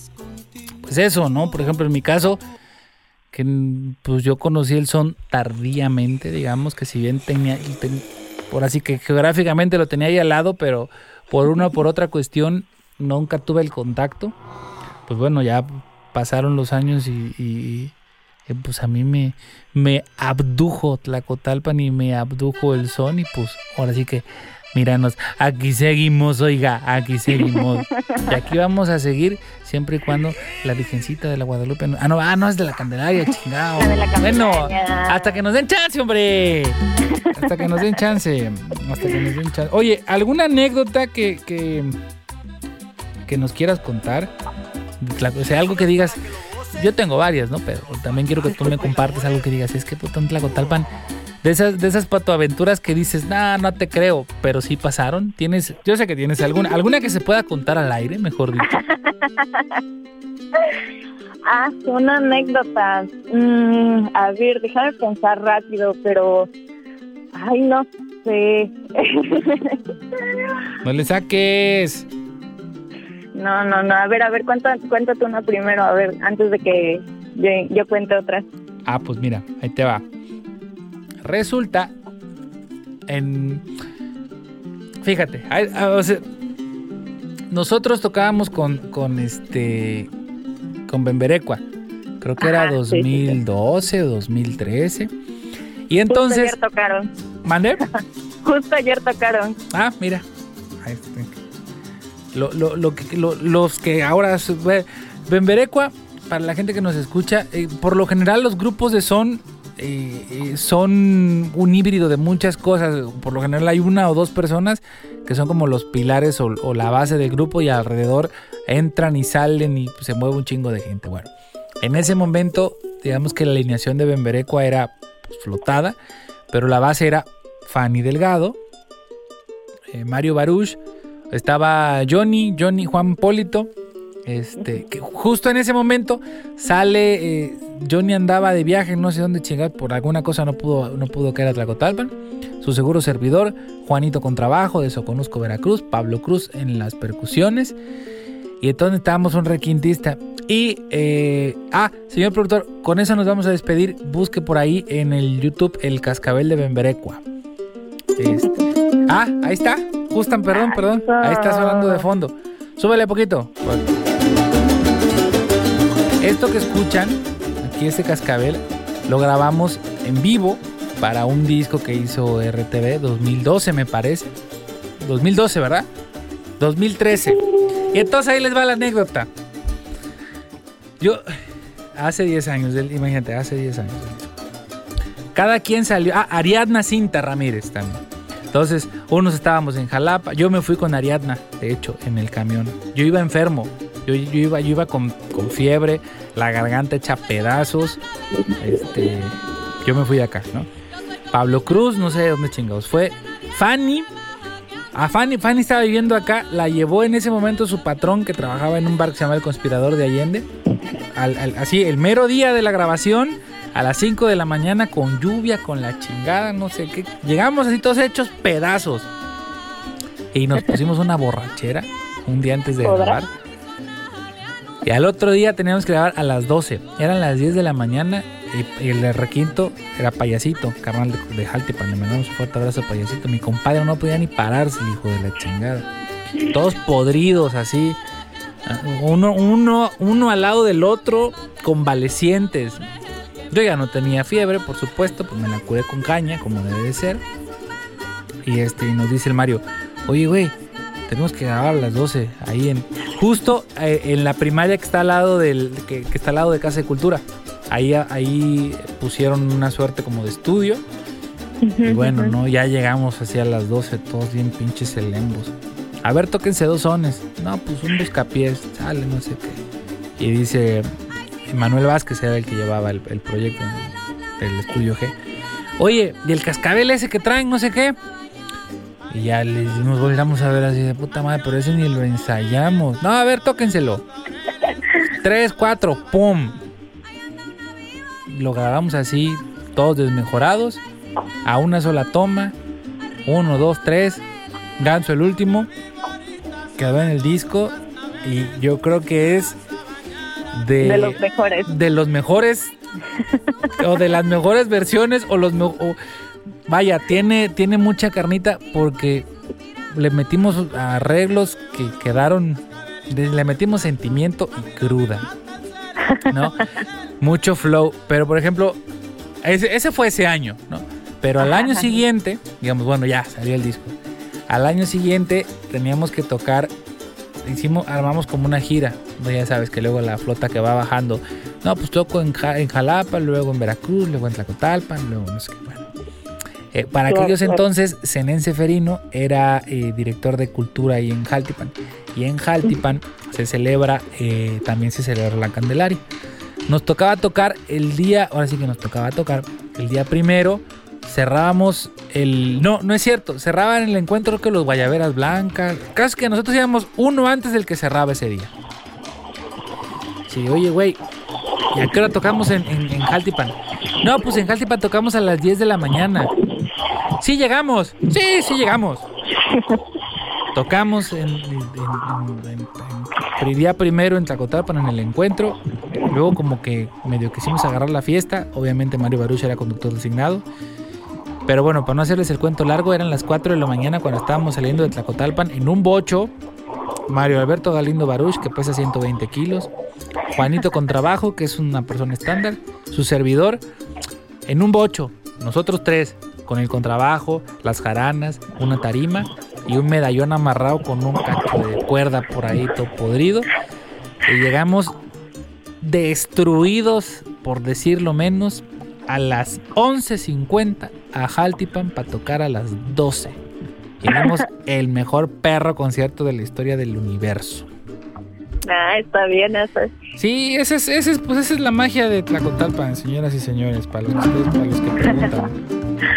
pues eso, ¿no? Por ejemplo, en mi caso, que pues yo conocí el son tardíamente, digamos, que si bien tenía, ten, por así que geográficamente lo tenía ahí al lado, pero por una o por otra cuestión nunca tuve el contacto. Pues bueno, ya pasaron los años y, y, y pues a mí me, me abdujo Tlacotalpan y me abdujo el son y pues ahora sí que míranos, aquí seguimos, oiga, aquí seguimos. Y aquí vamos a seguir siempre y cuando la Virgencita de la Guadalupe... No, ah, no, ah, no, es de la Candelaria, chingado. Bueno, hasta que nos den chance, hombre. Hasta que nos den chance. Hasta que nos den chance. Oye, ¿alguna anécdota que, que, que nos quieras contar? O sea, algo que digas... Yo tengo varias, ¿no? Pero también quiero que tú me compartas algo que digas. Es que puta, en Tlacotalpan... De esas, de esas patoaventuras que dices, nah, no te creo, pero sí pasaron. Tienes, yo sé que tienes alguna, alguna que se pueda contar al aire, mejor dicho. Ah, una anécdota. Mm, a ver, déjame pensar rápido, pero ay, no sé. No le saques. No, no, no. A ver, a ver, cuenta, cuéntate una primero, a ver, antes de que yo, yo cuente otra. Ah, pues mira, ahí te va. Resulta, en, fíjate, hay, o sea, nosotros tocábamos con, con este, con Bemberecua, creo que Ajá, era dos mil doce sí, sí. o dos mil trece, y entonces... Justo ayer tocaron. ¿Mande? Justo ayer tocaron. Ah, mira, ahí está. Lo, lo, lo que, lo, los que ahora, Bemberecua, para la gente que nos escucha, eh, por lo general los grupos de son... Eh, eh, son un híbrido de muchas cosas. Por lo general hay una o dos personas que son como los pilares o, o la base del grupo y alrededor entran y salen y se mueve un chingo de gente. Bueno, en ese momento digamos que la alineación de Bemberecua era pues, flotada, pero la base era Fanny Delgado, eh, Mario Baruch, estaba Johnny, Johnny Juan Polito, Este, que justo en ese momento sale, eh, Johnny andaba de viaje, no sé dónde chingar, por alguna cosa no pudo, no pudo caer a Tlacotalpan. Su seguro servidor, Juanito Contrabajo de Soconusco, Veracruz, Pablo Cruz en las percusiones. Y entonces estábamos un requintista. Y, eh, ah, señor productor, con eso nos vamos a despedir. Busque por ahí en el YouTube el Cascabel de Bemberecua. Este. Ah, ahí está. Justan, perdón, perdón. Ahí está sonando de fondo. Súbele poquito. Esto que escuchan, aquí este cascabel, lo grabamos en vivo para un disco que hizo R T V, dos mil doce me parece. dos mil doce, ¿verdad? dos mil trece. Y entonces ahí les va la anécdota. Yo, hace diez años, imagínate, hace diez años. Cada quien salió. Ah, Ariadna Cinta Ramírez también. Entonces, unos estábamos en Jalapa. Yo me fui con Ariadna, de hecho, en el camión. Yo iba enfermo. Yo, yo iba, yo iba con, con fiebre, la garganta hecha pedazos. Este, yo me fui de acá, ¿no? Pablo Cruz, no sé de dónde chingados fue. Fanny. A Fanny, Fanny estaba viviendo acá. La llevó en ese momento su patrón, que trabajaba en un bar que se llama El Conspirador de Allende. Al, al, así, el mero día de la grabación, a las cinco de la mañana, con lluvia, con la chingada, no sé qué. Llegamos así todos hechos pedazos. Y nos pusimos una borrachera un día antes de grabar. Y al otro día teníamos que grabar a las doce. Eran las diez de la mañana y, y el requinto era Payasito, carnal de, de Jaltipan. Le mandamos un fuerte abrazo a Payasito. Mi compadre no podía ni pararse, el hijo de la chingada. Todos podridos así. Uno, uno, uno al lado del otro, convalecientes. Yo ya no tenía fiebre, por supuesto, pues me la curé con caña, como debe de ser. Y este, y nos dice el Mario, oye, güey, tenemos que grabar a las doce, ahí en, justo eh, en la primaria que está al lado del, que, que está al lado de Casa de Cultura. Ahí, ahí pusieron una suerte como de estudio. Y bueno, no, ya llegamos así a las doce, todos bien pinches elembos. A ver, tóquense dos sones. No, pues un buscapiés, sale, no sé qué. Y dice Manuel Vázquez, era el que llevaba el, el proyecto del Estudio G. Oye, ¿y el cascabel ese que traen, no sé qué? Y ya les nos volvamos a ver así de puta madre, pero ese ni lo ensayamos. No, a ver, tóquenselo. Tres, cuatro, pum. Lo grabamos así, todos desmejorados, a una sola toma. Uno, dos, tres. Ganso el último. Quedó en el disco. Y yo creo que es de, de los mejores. De los mejores. O de las mejores versiones. O los o, vaya, tiene, tiene mucha carnita. Porque le metimos arreglos que quedaron. Le metimos sentimiento y cruda, ¿no? Mucho flow. Pero por ejemplo, ese, ese fue ese año, ¿no? Pero al año siguiente, digamos, bueno, ya salió el disco. Al año siguiente teníamos que tocar, hicimos, armamos como una gira. Ya sabes que luego la flota que va bajando. No, pues toco en, en Jalapa, luego en Veracruz, luego en Tlacotalpan, luego no sé qué. Bueno. Eh, para Claro, aquellos claro. entonces, Zenén Seferino era eh, director de cultura ahí en Jaltipan. Y en Jaltipan se celebra, eh, también se celebra la Candelaria. Nos tocaba tocar el día, ahora sí que nos tocaba tocar el día primero. Cerrábamos el... No, no es cierto. Cerraban el encuentro creo que los Guayaberas Blancas. Casi que nosotros íbamos uno antes del que cerraba ese día. Sí, oye, güey, ¿y a qué hora tocamos en, en, en Jaltipan? No, pues en Jaltipan tocamos a las diez de la mañana. Sí, llegamos. Sí, sí, llegamos. Tocamos en, en, en, en, en el día primero en Tlacotalpan en el encuentro. Luego como que medio quisimos agarrar la fiesta. Obviamente Mario Baruch era conductor designado. Pero bueno, para no hacerles el cuento largo, eran las cuatro de la mañana cuando estábamos saliendo de Tlacotalpan en un bocho. Mario Alberto Galindo Baruch, que pesa ciento veinte kilos. Juanito Contrabajo, que es una persona estándar. Su servidor, en un bocho. Nosotros tres, con el contrabajo, las jaranas, una tarima y un medallón amarrado con un cacho de cuerda por ahí todo podrido. Y llegamos destruidos, por decirlo menos, a las once cincuenta a Jaltipan para tocar a las doce. Y dimos el mejor perro concierto de la historia del universo. Ah, está bien eso. Sí, esa es, ese es, pues esa es la magia de Tlacotalpan, señoras y señores, para los, para los que preguntan.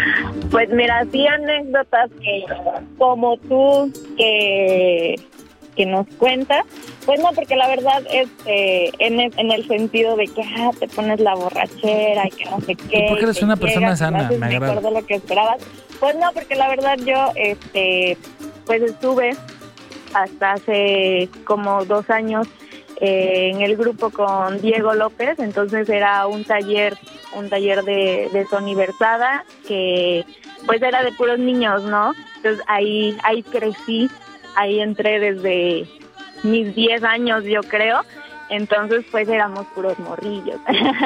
Pues mira, sí anécdotas que como tú, que que nos cuenta. Pues no, porque la verdad, este, en el, en el sentido de que ah, te pones la borrachera y que no sé qué. Porque eres una persona llegas, sana, haces me mejor agrada. de lo que esperabas. Pues no, porque la verdad yo, este, pues estuve hasta hace como dos años eh, en el grupo con Diego López, entonces era un taller, un taller de, de soniversada que pues era de puros niños, ¿no? Entonces ahí, ahí crecí, ahí entré desde mis diez años, yo creo. Entonces, pues, éramos puros morrillos.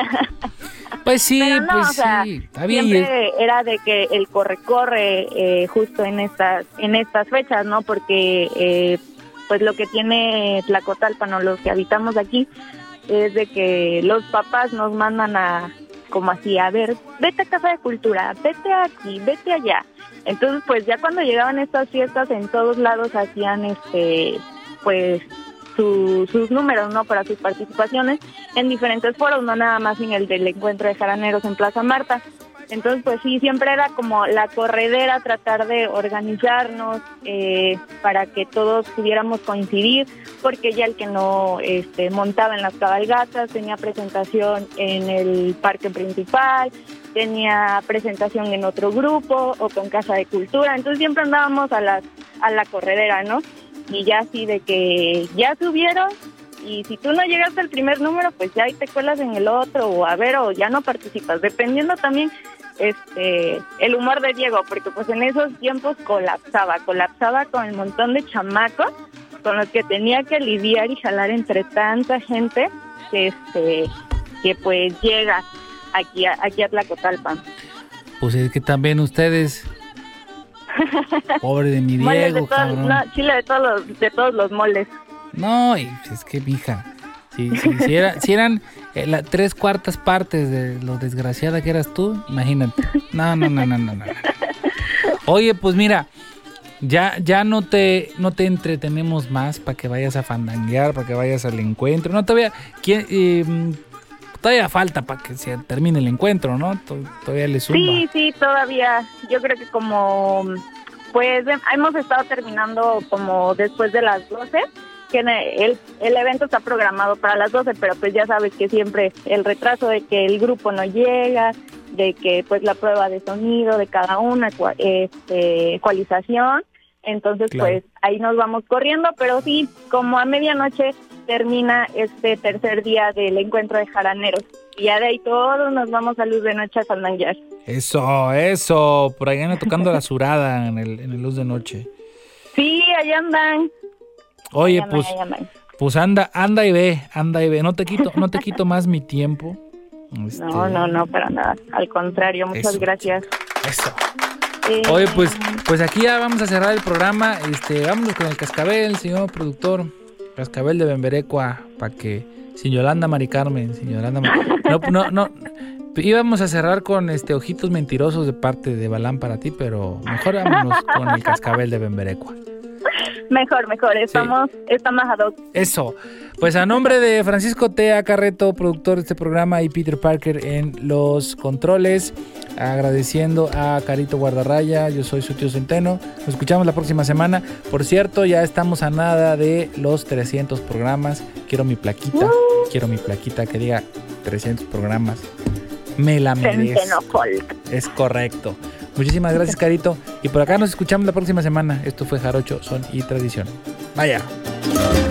Pues sí, Pero no, pues o sea, sí, está bien. siempre era de que el corre-corre eh, justo en estas en estas fechas, ¿no? Porque, eh, pues, lo que tiene Tlacotalpan o los que habitamos aquí es de que los papás nos mandan a, como así, a ver, vete a Casa de Cultura, vete aquí, vete allá. Entonces, pues, ya cuando llegaban estas fiestas, en todos lados hacían, este, pues, su, sus números, ¿no? Para sus participaciones en diferentes foros, no nada más en el del encuentro de jaraneros en Plaza Marta. Entonces, pues sí, siempre era como la corredera, tratar de organizarnos eh, para que todos pudiéramos coincidir, porque ya el que no este, montaba en las cabalgatas tenía presentación en el parque principal, tenía presentación en otro grupo o con Casa de Cultura, entonces siempre andábamos a, las, a la corredera, ¿no? Y ya así de que ya subieron, y si tú no llegaste al primer número, pues ya ahí te cuelas en el otro, o a ver, o ya no participas, dependiendo también este el humor de Diego, porque pues en esos tiempos colapsaba, colapsaba con el montón de chamacos con los que tenía que lidiar y jalar entre tanta gente que este que pues llega aquí a, aquí a Tlacotalpan. Pues es que también ustedes, pobre de mi Moles de Diego, todos, cabrón. no, chile de todos los, de todos los moles. No, y es que, mija, si, si, si, era, si eran eh, la, tres cuartas partes de lo desgraciada que eras tú, imagínate. No, no, no, no, no, no. Oye, pues mira, ya, ya no te, no te entretenemos más para que vayas a fandanguear, para que vayas al encuentro. No, todavía, ¿quién, eh, todavía falta para que se termine el encuentro, ¿no? Todavía le suma. Sí, sí, todavía. Yo creo que como, pues, hemos estado terminando como después de las doce, que el, el evento está programado para las doce, pero pues ya sabes que siempre el retraso de que el grupo no llega, de que pues la prueba de sonido de cada una, este, ecualización, entonces claro, pues ahí nos vamos corriendo, pero sí, como a medianoche termina este tercer día del encuentro de jaraneros, y ya de ahí todos nos vamos a Luz de Noche a fandanguear. Eso, eso, por ahí anda tocando la surada en el, en el Luz de Noche. Sí, allá andan. Oye, Ay, pues, ay, ay, ay. pues anda, anda y ve, anda y ve. No te quito, no te quito más mi tiempo. Este... No, no, no, para nada. Al contrario, muchas Eso. gracias. Eso. Eh, Oye, pues, pues aquí ya vamos a cerrar el programa. Este, vámonos con el cascabel, señor productor. Cascabel de Bemberecua, para que, sin Yolanda Mari Carmen, sin Yolanda Mari... No, no, no. Íbamos a cerrar con este Ojitos Mentirosos de parte de Balán para ti, pero mejor vámonos con el cascabel de Bemberecua. Mejor, mejor, estamos, sí. estamos ad hoc. Eso, pues a nombre de Francisco Tea Carreto, productor de este programa, y Peter Parker en los controles, agradeciendo a Carito Guardarraya, yo soy su tío Centeno, nos escuchamos la próxima semana. Por cierto, ya estamos a nada de los trescientos programas, quiero mi plaquita, uh. quiero mi plaquita que diga trescientos programas, me la merezco. Es correcto. Muchísimas gracias, Carito. Y por acá nos escuchamos la próxima semana. Esto fue Jarocho, Son y Tradición. Vaya.